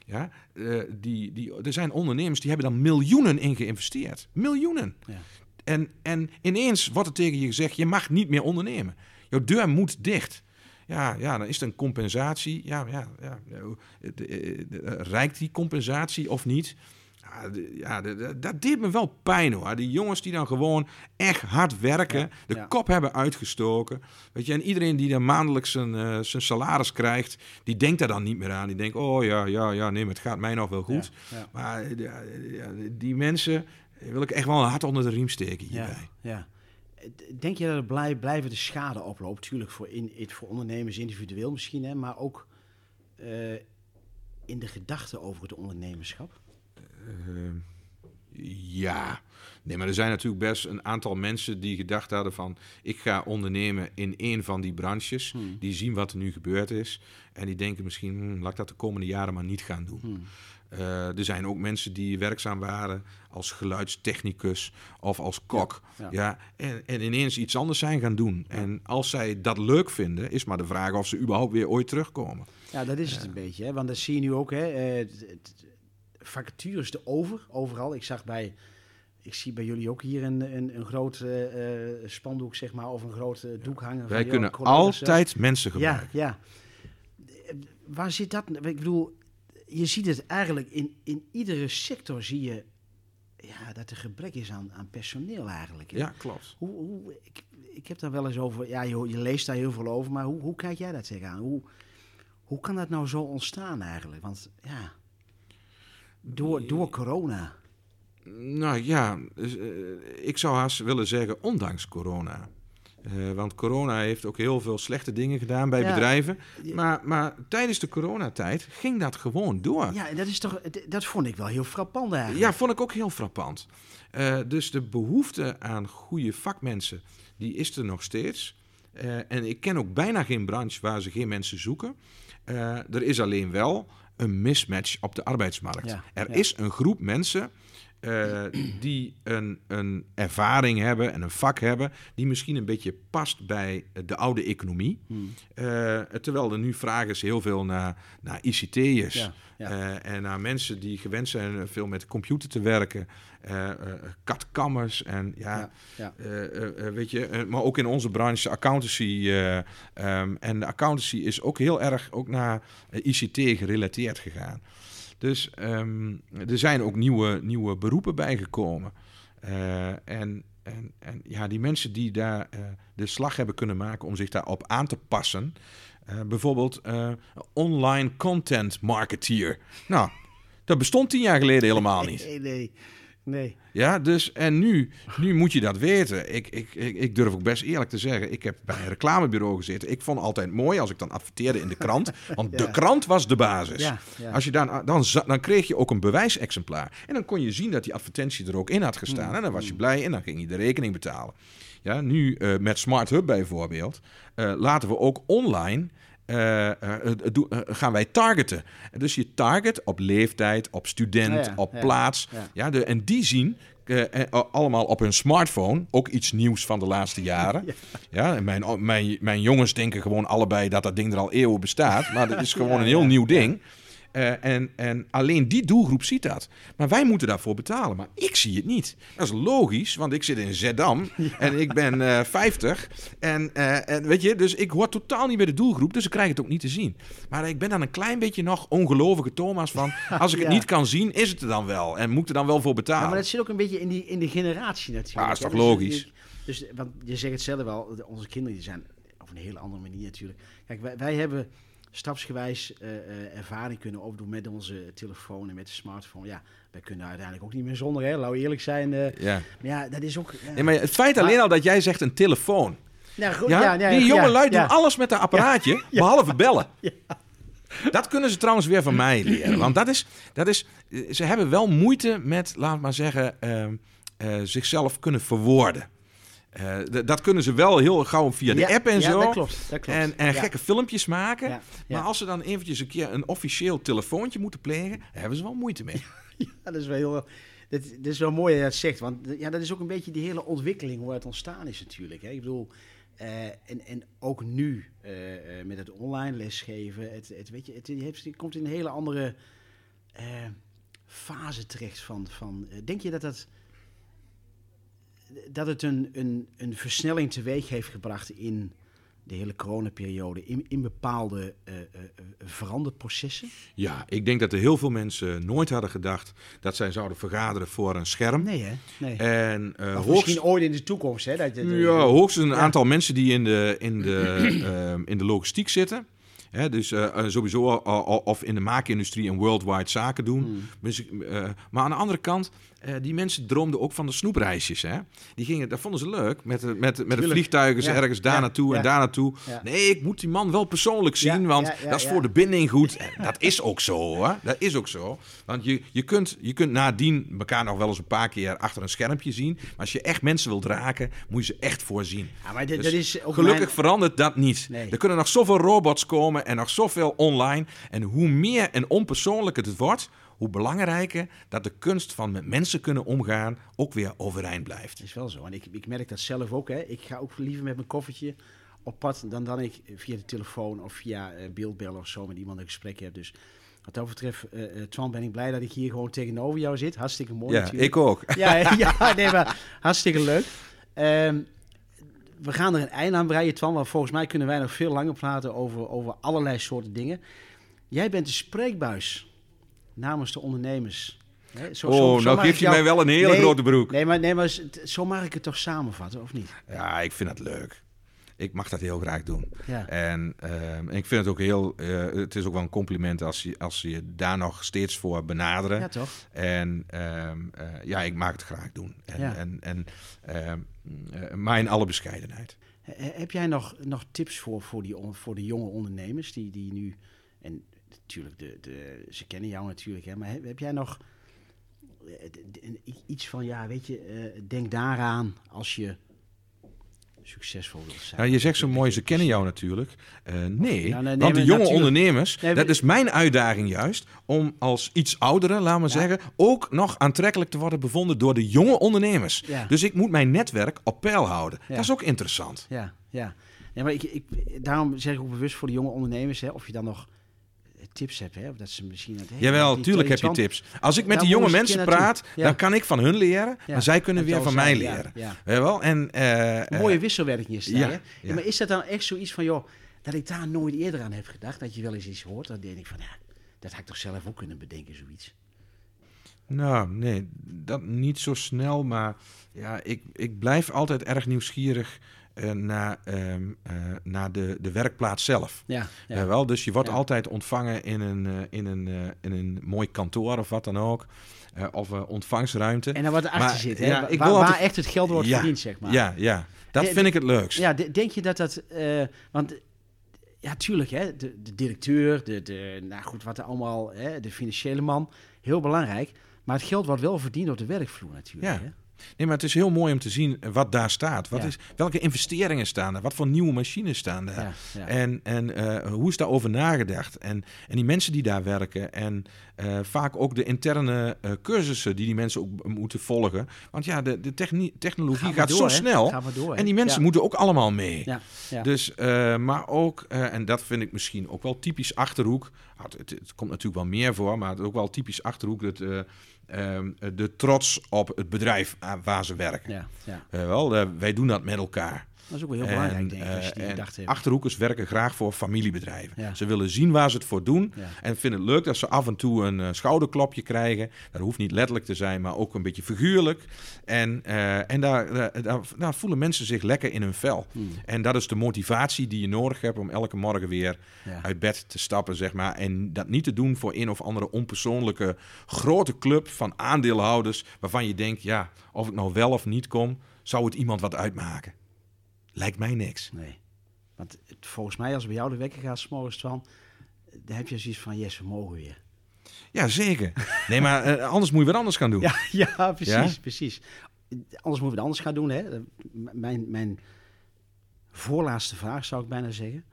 er zijn ondernemers die hebben dan miljoenen in geïnvesteerd. Miljoenen. Ja. En ineens wordt er tegen je gezegd, je mag niet meer ondernemen. Jouw deur moet dicht. Ja, dan is het een compensatie. Rijkt die compensatie of niet? Dat deed me wel pijn, hoor. Die jongens die dan gewoon echt hard werken, kop hebben uitgestoken. Weet je, en iedereen die dan maandelijks zijn salaris krijgt, die denkt daar dan niet meer aan. Die denkt, nee, maar het gaat mij nog wel goed. Maar die mensen wil ik echt wel een hart onder de riem steken hierbij. Ja. Denk je dat het blijven de schade oploopt? Tuurlijk voor ondernemers individueel misschien, maar ook in de gedachten over het ondernemerschap? Ja. Nee, maar er zijn natuurlijk best een aantal mensen die gedacht hadden van, ik ga ondernemen in één van die branches. Die zien wat er nu gebeurd is. En die denken misschien, laat ik dat de komende jaren maar niet gaan doen. Er zijn ook mensen die werkzaam waren als geluidstechnicus of als kok. En ineens iets anders zijn gaan doen. En als zij dat leuk vinden, is maar de vraag of ze überhaupt weer ooit terugkomen. Ja, dat is het een beetje. Hè? Want dat zie je nu ook. Vacatures overal. Ik zie bij jullie ook hier een groot spandoek, zeg maar, of een groot doek hangen. Wij kunnen altijd mensen gebruiken. Ja. Waar zit dat? Ik bedoel, je ziet het eigenlijk in iedere sector zie je dat er gebrek is aan personeel eigenlijk. Hè? Ja, klopt. Ik heb daar wel eens over, je leest daar heel veel over, maar hoe kijk jij dat tegenaan? Hoe kan dat nou zo ontstaan eigenlijk? Want door corona. Nou ja, ik zou haast willen zeggen ondanks corona. Want corona heeft ook heel veel slechte dingen gedaan bij bedrijven. Maar tijdens de coronatijd ging dat gewoon door. Ja, dat vond ik wel heel frappant eigenlijk. Ja, vond ik ook heel frappant. Dus de behoefte aan goede vakmensen, die is er nog steeds. En ik ken ook bijna geen branche waar ze geen mensen zoeken. Er is alleen wel een mismatch op de arbeidsmarkt. Er is een groep mensen die een ervaring hebben en een vak hebben die misschien een beetje past bij de oude economie. Terwijl er nu vraag is heel veel naar ICT'ers en naar mensen die gewend zijn veel met de computer te werken. Katkammers en weet je, maar ook in onze branche accountancy. En de accountancy is ook heel erg ook naar ICT gerelateerd gegaan. Dus er zijn ook nieuwe beroepen bijgekomen. En ja, die mensen die daar de slag hebben kunnen maken om zich daarop aan te passen. Bijvoorbeeld online content marketeer. Nou, dat bestond 10 jaar geleden helemaal niet. Nee. Ja, dus en nu moet je dat weten. Ik durf ook best eerlijk te zeggen, ik heb bij een reclamebureau gezeten. Ik vond het altijd mooi als ik dan adverteerde in de krant. Want de krant was de basis. Ja. Als je dan kreeg je ook een bewijsexemplaar. En dan kon je zien dat die advertentie er ook in had gestaan. En dan was je blij en dan ging je de rekening betalen. Ja, nu met Smart Hub bijvoorbeeld, laten we ook online... gaan wij targeten. Dus je target op leeftijd, op student, op plaats. Ja. En die zien allemaal op hun smartphone, ook iets nieuws van de laatste jaren. Ja, en mijn jongens denken gewoon allebei dat ding er al eeuwen bestaat. Maar dat is gewoon een heel nieuw ding. En alleen die doelgroep ziet dat. Maar wij moeten daarvoor betalen. Maar ik zie het niet. Dat is logisch, want ik zit in Zeddam en ik ben 50. En weet je, dus ik hoor totaal niet bij de doelgroep, dus ik krijg het ook niet te zien. Maar ik ben dan een klein beetje nog ongelovige Thomas van, als ik het niet kan zien, is het er dan wel. En moet ik er dan wel voor betalen. Ja, maar dat zit ook een beetje in de generatie natuurlijk. Dat is toch logisch? Dus, want je zegt het zelf wel, onze kinderen die zijn op een hele andere manier natuurlijk. Kijk, wij hebben... stapsgewijs ervaring kunnen opdoen met onze telefoon en met de smartphone. Ja, wij kunnen uiteindelijk ook niet meer zonder, hè? Laten we eerlijk zijn. Maar ja, dat is ook... Nee, maar het feit alleen al dat jij zegt een telefoon. Nou, goed, die jonge lui doen alles met een apparaatje, behalve bellen. Ja. Dat kunnen ze trouwens weer van mij leren. Want dat is ze hebben wel moeite met, laat maar zeggen, zichzelf kunnen verwoorden. Dat kunnen ze wel heel gauw via de app en zo. Dat klopt. En gekke filmpjes maken. Ja. Maar als ze dan eventjes een keer een officieel telefoontje moeten plegen, hebben ze wel moeite mee. Ja, dat is wel heel... Dat is wel mooi dat je dat zegt. Want dat is ook een beetje die hele ontwikkeling hoe het ontstaan is natuurlijk. Hè. Ik bedoel, en ook nu met het online lesgeven. Weet je, het komt in een hele andere fase terecht van denk je dat het een versnelling teweeg heeft gebracht in de hele coronaperiode, in bepaalde veranderprocessen? Ja, ik denk dat er heel veel mensen nooit hadden gedacht dat zij zouden vergaderen voor een scherm. Nee, hè? Nee. En, misschien ooit in de toekomst, hè? Hoogstens een aantal mensen die in de logistiek zitten. Hè, dus sowieso of in de maakindustrie en worldwide zaken doen. Maar aan de andere kant, die mensen droomden ook van de snoepreisjes. Hè? Dat vonden ze leuk. Met de vliegtuigen ergens daar naartoe en daar naartoe. Ja. Nee, ik moet die man wel persoonlijk zien, want dat is voor de binding goed. Dat is ook zo, hoor. Dat is ook zo. Want je kunt nadien elkaar nog wel eens een paar keer achter een schermpje zien. Maar als je echt mensen wilt raken, moet je ze echt voorzien. Ja, maar dat is ook gelukkig verandert dat niet. Nee. Er kunnen nog zoveel robots komen en nog zoveel online. En hoe meer en onpersoonlijker het wordt, hoe belangrijker dat de kunst van met mensen kunnen omgaan ook weer overeind blijft. Dat is wel zo. En ik merk dat zelf ook. Hè. Ik ga ook liever met mijn koffertje op pad dan ik via de telefoon of via beeldbellen of zo met iemand een gesprek heb. Dus wat dat betreft, Twan, ben ik blij dat ik hier gewoon tegenover jou zit. Hartstikke mooi natuurlijk. Ik ook. Nee, maar hartstikke leuk. We gaan er een einde aan breien, Twan, want volgens mij kunnen wij nog veel langer praten over allerlei soorten dingen. Jij bent de spreekbuis namens de ondernemers. Nou geef je mij wel een hele grote broek. Nee, maar zo mag ik het toch samenvatten, of niet? Ja, ik vind het leuk. Ik mag dat heel graag doen. Ja. En ik vind het ook het is ook wel een compliment als je daar nog steeds voor benaderen. Ja, toch? En ik mag het graag doen. Maar in alle bescheidenheid. Heb jij nog tips voor de jonge ondernemers die nu... En natuurlijk, ze kennen jou natuurlijk, hè, maar heb jij nog iets van, weet je, denk daaraan als je succesvol wilt zijn? Nou, je zegt zo mooi, ze kennen jou natuurlijk. Nee, want de jonge ondernemers, dat is mijn uitdaging juist, om als iets oudere, laten we zeggen, ook nog aantrekkelijk te worden bevonden door de jonge ondernemers. Ja. Dus ik moet mijn netwerk op peil houden. Ja. Dat is ook interessant. Ja. Nee, maar daarom zeg ik ook bewust voor de jonge ondernemers, hè, of je dan nog tips hebt, hè? Of dat ze misschien... Jawel, tuurlijk heb je tips. Als ik met die jonge mensen praat, dan kan ik van hun leren, maar zij kunnen weer van mij leren. Wel? En, mooie wisselwerking is dat, hè? Maar is dat dan echt zoiets van, joh, dat ik daar nooit eerder aan heb gedacht, dat je wel eens iets hoort, dan denk ik van, Dat had ik toch zelf ook kunnen bedenken, zoiets? Nou, nee, dat niet zo snel. Maar ja, ik blijf altijd erg nieuwsgierig naar de werkplaats zelf. Ja. Wel, dus je wordt altijd ontvangen in een mooi kantoor of wat dan ook. Of ontvangstruimte. En dan wat erachter zit, hè? Ja, waar echt het geld wordt verdiend, zeg maar. Ja. Dat vind ik het leukst. Ja, denk je dat... want ja, tuurlijk, hè, de directeur, nou goed, wat er allemaal, hè, de financiële man, heel belangrijk. Maar het geld wordt wel verdiend op de werkvloer natuurlijk. Ja. Hè? Nee, maar het is heel mooi om te zien wat daar staat. Welke investeringen staan er? Wat voor nieuwe machines staan daar? Ja. En hoe is daarover nagedacht? En die mensen die daar werken. En vaak ook de interne cursussen die mensen ook moeten volgen. Want ja, de technologie gaat zo snel. En die mensen moeten ook allemaal mee. Ja. Dus, maar ook, en dat vind ik misschien ook wel typisch Achterhoek. Het komt natuurlijk wel meer voor, maar het is ook wel typisch Achterhoek. De trots op het bedrijf waar ze werken. Wij doen dat met elkaar. Dat is ook wel heel belangrijk, denk ik, als je die gedachte hebt. Achterhoekers werken graag voor familiebedrijven. Ja. Ze willen zien waar ze het voor doen. Ja. En vinden het leuk dat ze af en toe een schouderklopje krijgen. Dat hoeft niet letterlijk te zijn, maar ook een beetje figuurlijk. En daar voelen mensen zich lekker in hun vel. En dat is de motivatie die je nodig hebt om elke morgen weer uit bed te stappen, zeg maar. En dat niet te doen voor een of andere onpersoonlijke grote club van aandeelhouders, waarvan je denkt, ja, of ik nou wel of niet kom, zou het iemand wat uitmaken? Lijkt mij niks. Nee. Want volgens mij, als bij jou de wekker gaat, 's morgens, Twan, dan heb je zoiets van, yes, we mogen weer. Ja, zeker. Nee, maar anders moet je wat anders gaan doen. Ja, precies. Anders moeten we het anders gaan doen. Hè? Mijn voorlaatste vraag, zou ik bijna zeggen.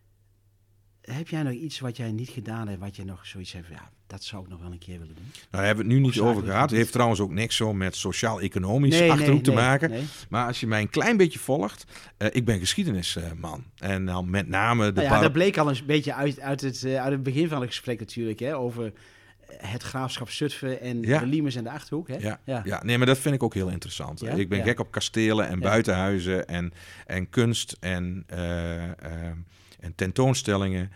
Heb jij nog iets wat jij niet gedaan hebt, wat je nog zoiets hebt, ja, dat zou ik nog wel een keer willen doen? Nou, daar hebben we het nu niet over gehad. Het heeft trouwens ook niks zo met sociaal-economisch Achterhoek te maken. Nee. Maar als je mij een klein beetje volgt, ik ben geschiedenisman. En dan met name dat bleek al een beetje uit het begin van het gesprek natuurlijk, hè, over het graafschap Zutphen en de Liemers en de Achterhoek. Hè? Ja, nee, maar dat vind ik ook heel interessant. Ja? Ik ben gek op kastelen en buitenhuizen en kunst en tentoonstellingen.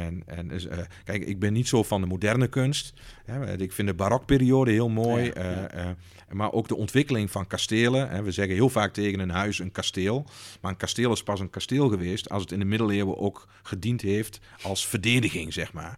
Kijk, ik ben niet zo van de moderne kunst. Ik vind de barokperiode heel mooi. Maar ook de ontwikkeling van kastelen. We zeggen heel vaak tegen een huis een kasteel. Maar een kasteel is pas een kasteel geweest als het in de middeleeuwen ook gediend heeft als verdediging, zeg maar.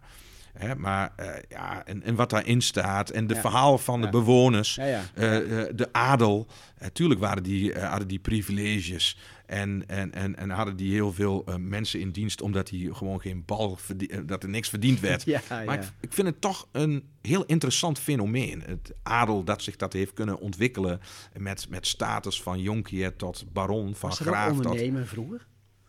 En wat daarin staat en de verhaal van de bewoners, de adel. Tuurlijk hadden die privileges en hadden die heel veel mensen in dienst, omdat die gewoon geen bal dat er niks verdiend werd. Maar ik vind het toch een heel interessant fenomeen. Het adel dat zich dat heeft kunnen ontwikkelen met status van jonkheer tot baron, van graaf. Was dat ook ondernemen vroeger?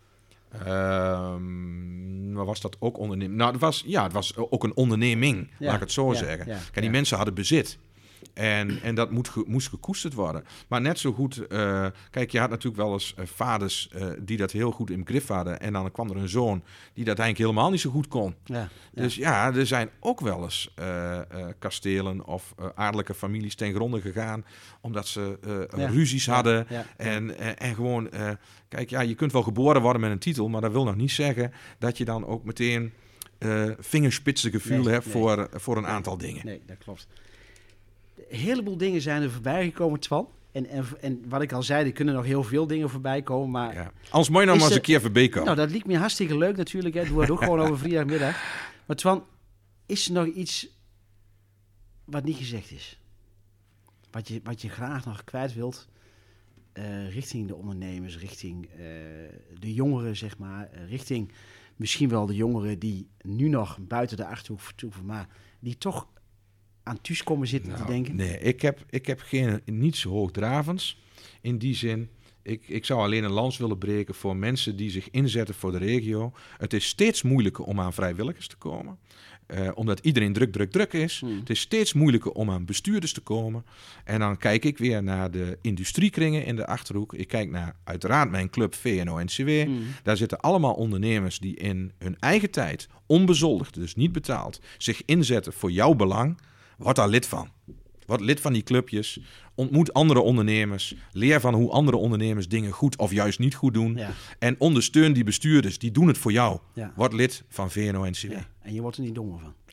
Maar was dat ook onderneming? Nou, het was ook een onderneming, laat ik het zo zeggen. Kijk, die mensen hadden bezit. En dat moest gekoesterd worden. Maar net zo goed, kijk, je had natuurlijk wel eens vaders die dat heel goed in begrip hadden. En dan kwam er een zoon die dat eigenlijk helemaal niet zo goed kon. Dus er zijn ook wel eens kastelen of adellijke families ten gronde gegaan, omdat ze ruzies hadden. En gewoon, kijk, je kunt wel geboren worden met een titel, maar dat wil nog niet zeggen dat je dan ook meteen vingerspitsengevoel hebt voor een aantal dingen. Nee, dat klopt. Een heleboel dingen zijn er voorbij gekomen, Twan. En wat ik al zei, er kunnen nog heel veel dingen voorbij komen. Maar Anders moet je nog maar eens een keer voorbij komen. Nou, dat liep me hartstikke leuk natuurlijk. Hè. Doe het ook gewoon over vrijdagmiddag. Maar Twan, is er nog iets wat niet gezegd is? Wat je graag nog kwijt wilt richting de ondernemers, richting de jongeren, zeg maar. Richting misschien wel de jongeren die nu nog buiten de Achterhoek vertoeven, maar die toch aan thuis komen zitten te denken? Nee, ik heb niet zo hoogdravends in die zin. Ik zou alleen een lans willen breken voor mensen die zich inzetten voor de regio. Het is steeds moeilijker om aan vrijwilligers te komen. Omdat iedereen druk is. Het is steeds moeilijker om aan bestuurders te komen. En dan kijk ik weer naar de industriekringen in de Achterhoek. Ik kijk naar uiteraard mijn club VNO-NCW. Daar zitten allemaal ondernemers die in hun eigen tijd, onbezoldigd, dus niet betaald, zich inzetten voor jouw belang. Word daar lid van. Word lid van die clubjes. Ontmoet andere ondernemers. Leer van hoe andere ondernemers dingen goed of juist niet goed doen. En ondersteun die bestuurders. Die doen het voor jou. Word lid van VNO-NCW. En je wordt er niet dommer van.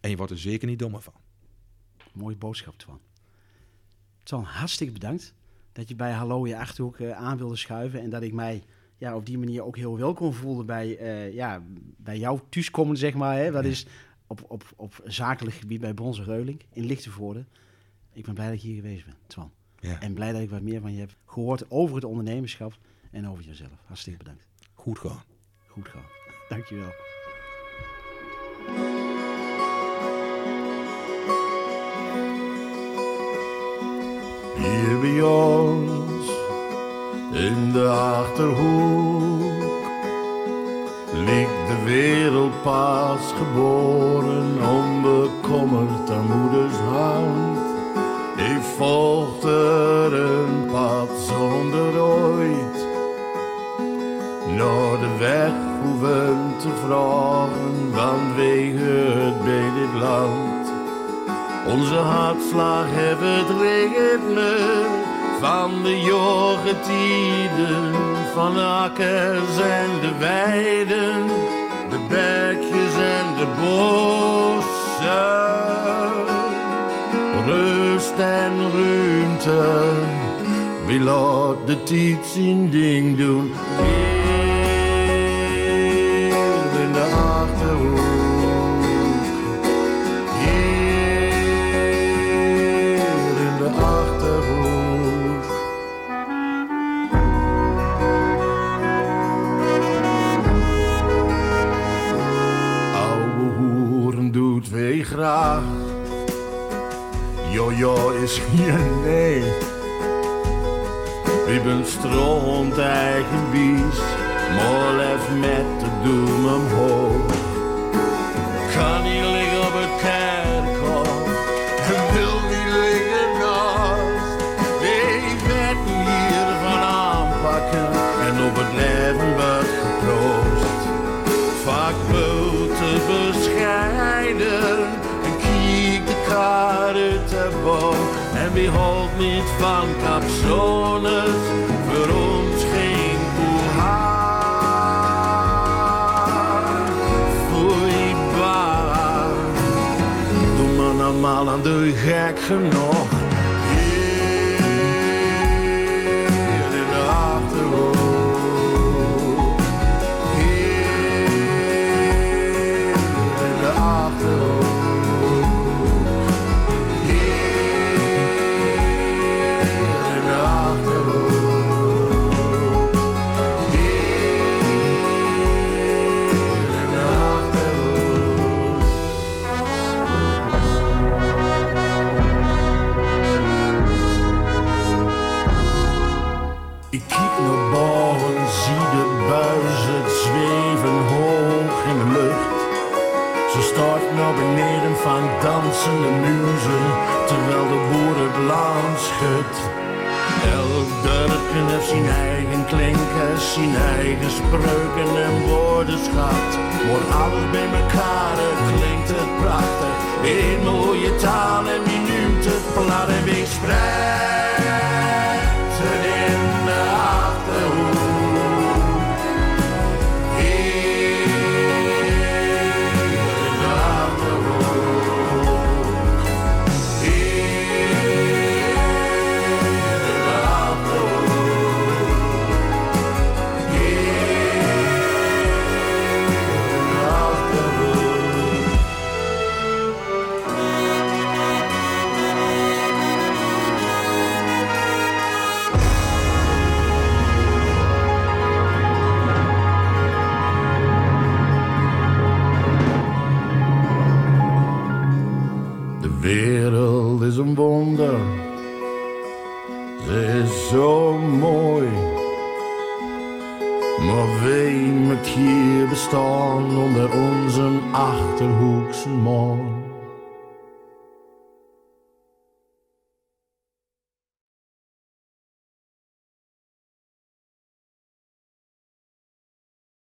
En je wordt er zeker niet dommer van. Mooie boodschap, Twan. Twan, hartstikke bedankt dat je bij Hallo je Achterhoek aan wilde schuiven. En dat ik mij op die manier ook heel welkom voelde bij jouw thuiskomen, zeg maar. Hè? Dat is op zakelijk gebied bij Bonse Reuling in Lichtenvoorde. Ik ben blij dat ik hier geweest ben, Twan. Ja. En blij dat ik wat meer van je heb gehoord over het ondernemerschap en over jezelf. Hartstikke bedankt. Goed gaan. Goed gaan. Dankjewel. Hier bij ons in de Achterhoek ligt de wereld pas geboren, onbekommerd aan moeders hand. Ik volgde er een pad zonder ooit naar de weg hoeven te vragen, vanwege het bij dit land. Onze hartslag hebben het ritme van de jorgetijden, van de akkers en de weiden, de bergjes en de bossen. Rust en ruimte, wie laat de tijd zijn ding doen. Hier in de Achterhoek. Graag. Jo is geen nee. Ik ben stront eigen wies, maar lef met de doem omhoog. Kan niet liggen op het kerkhof, en wil niet liggen naast. Ik werd hiervan aanpakken en op het leven wordt geproost. Vaak te bescheiden. Uit de boom en wie houdt niet van capsones, voor ons geen boehaar. Foeibaar, doe maar normaal en doe je gek genoeg. Hier in de Achterhoek, hier in de Achterhoek. Van dansende muzen, terwijl de boer het land schudt. Elk dorpje heeft zijn eigen klinkers, zijn eigen spreuken en woordenschat. Maar alles bij elkaar, het klinkt het prachtig. In mooie taal en minuten, plat en week spreekt het in de Achterhoek. De wereld is een wonder, ze is zo mooi. Maar wie moet hier bestaan onder onze Achterhoekse mooi?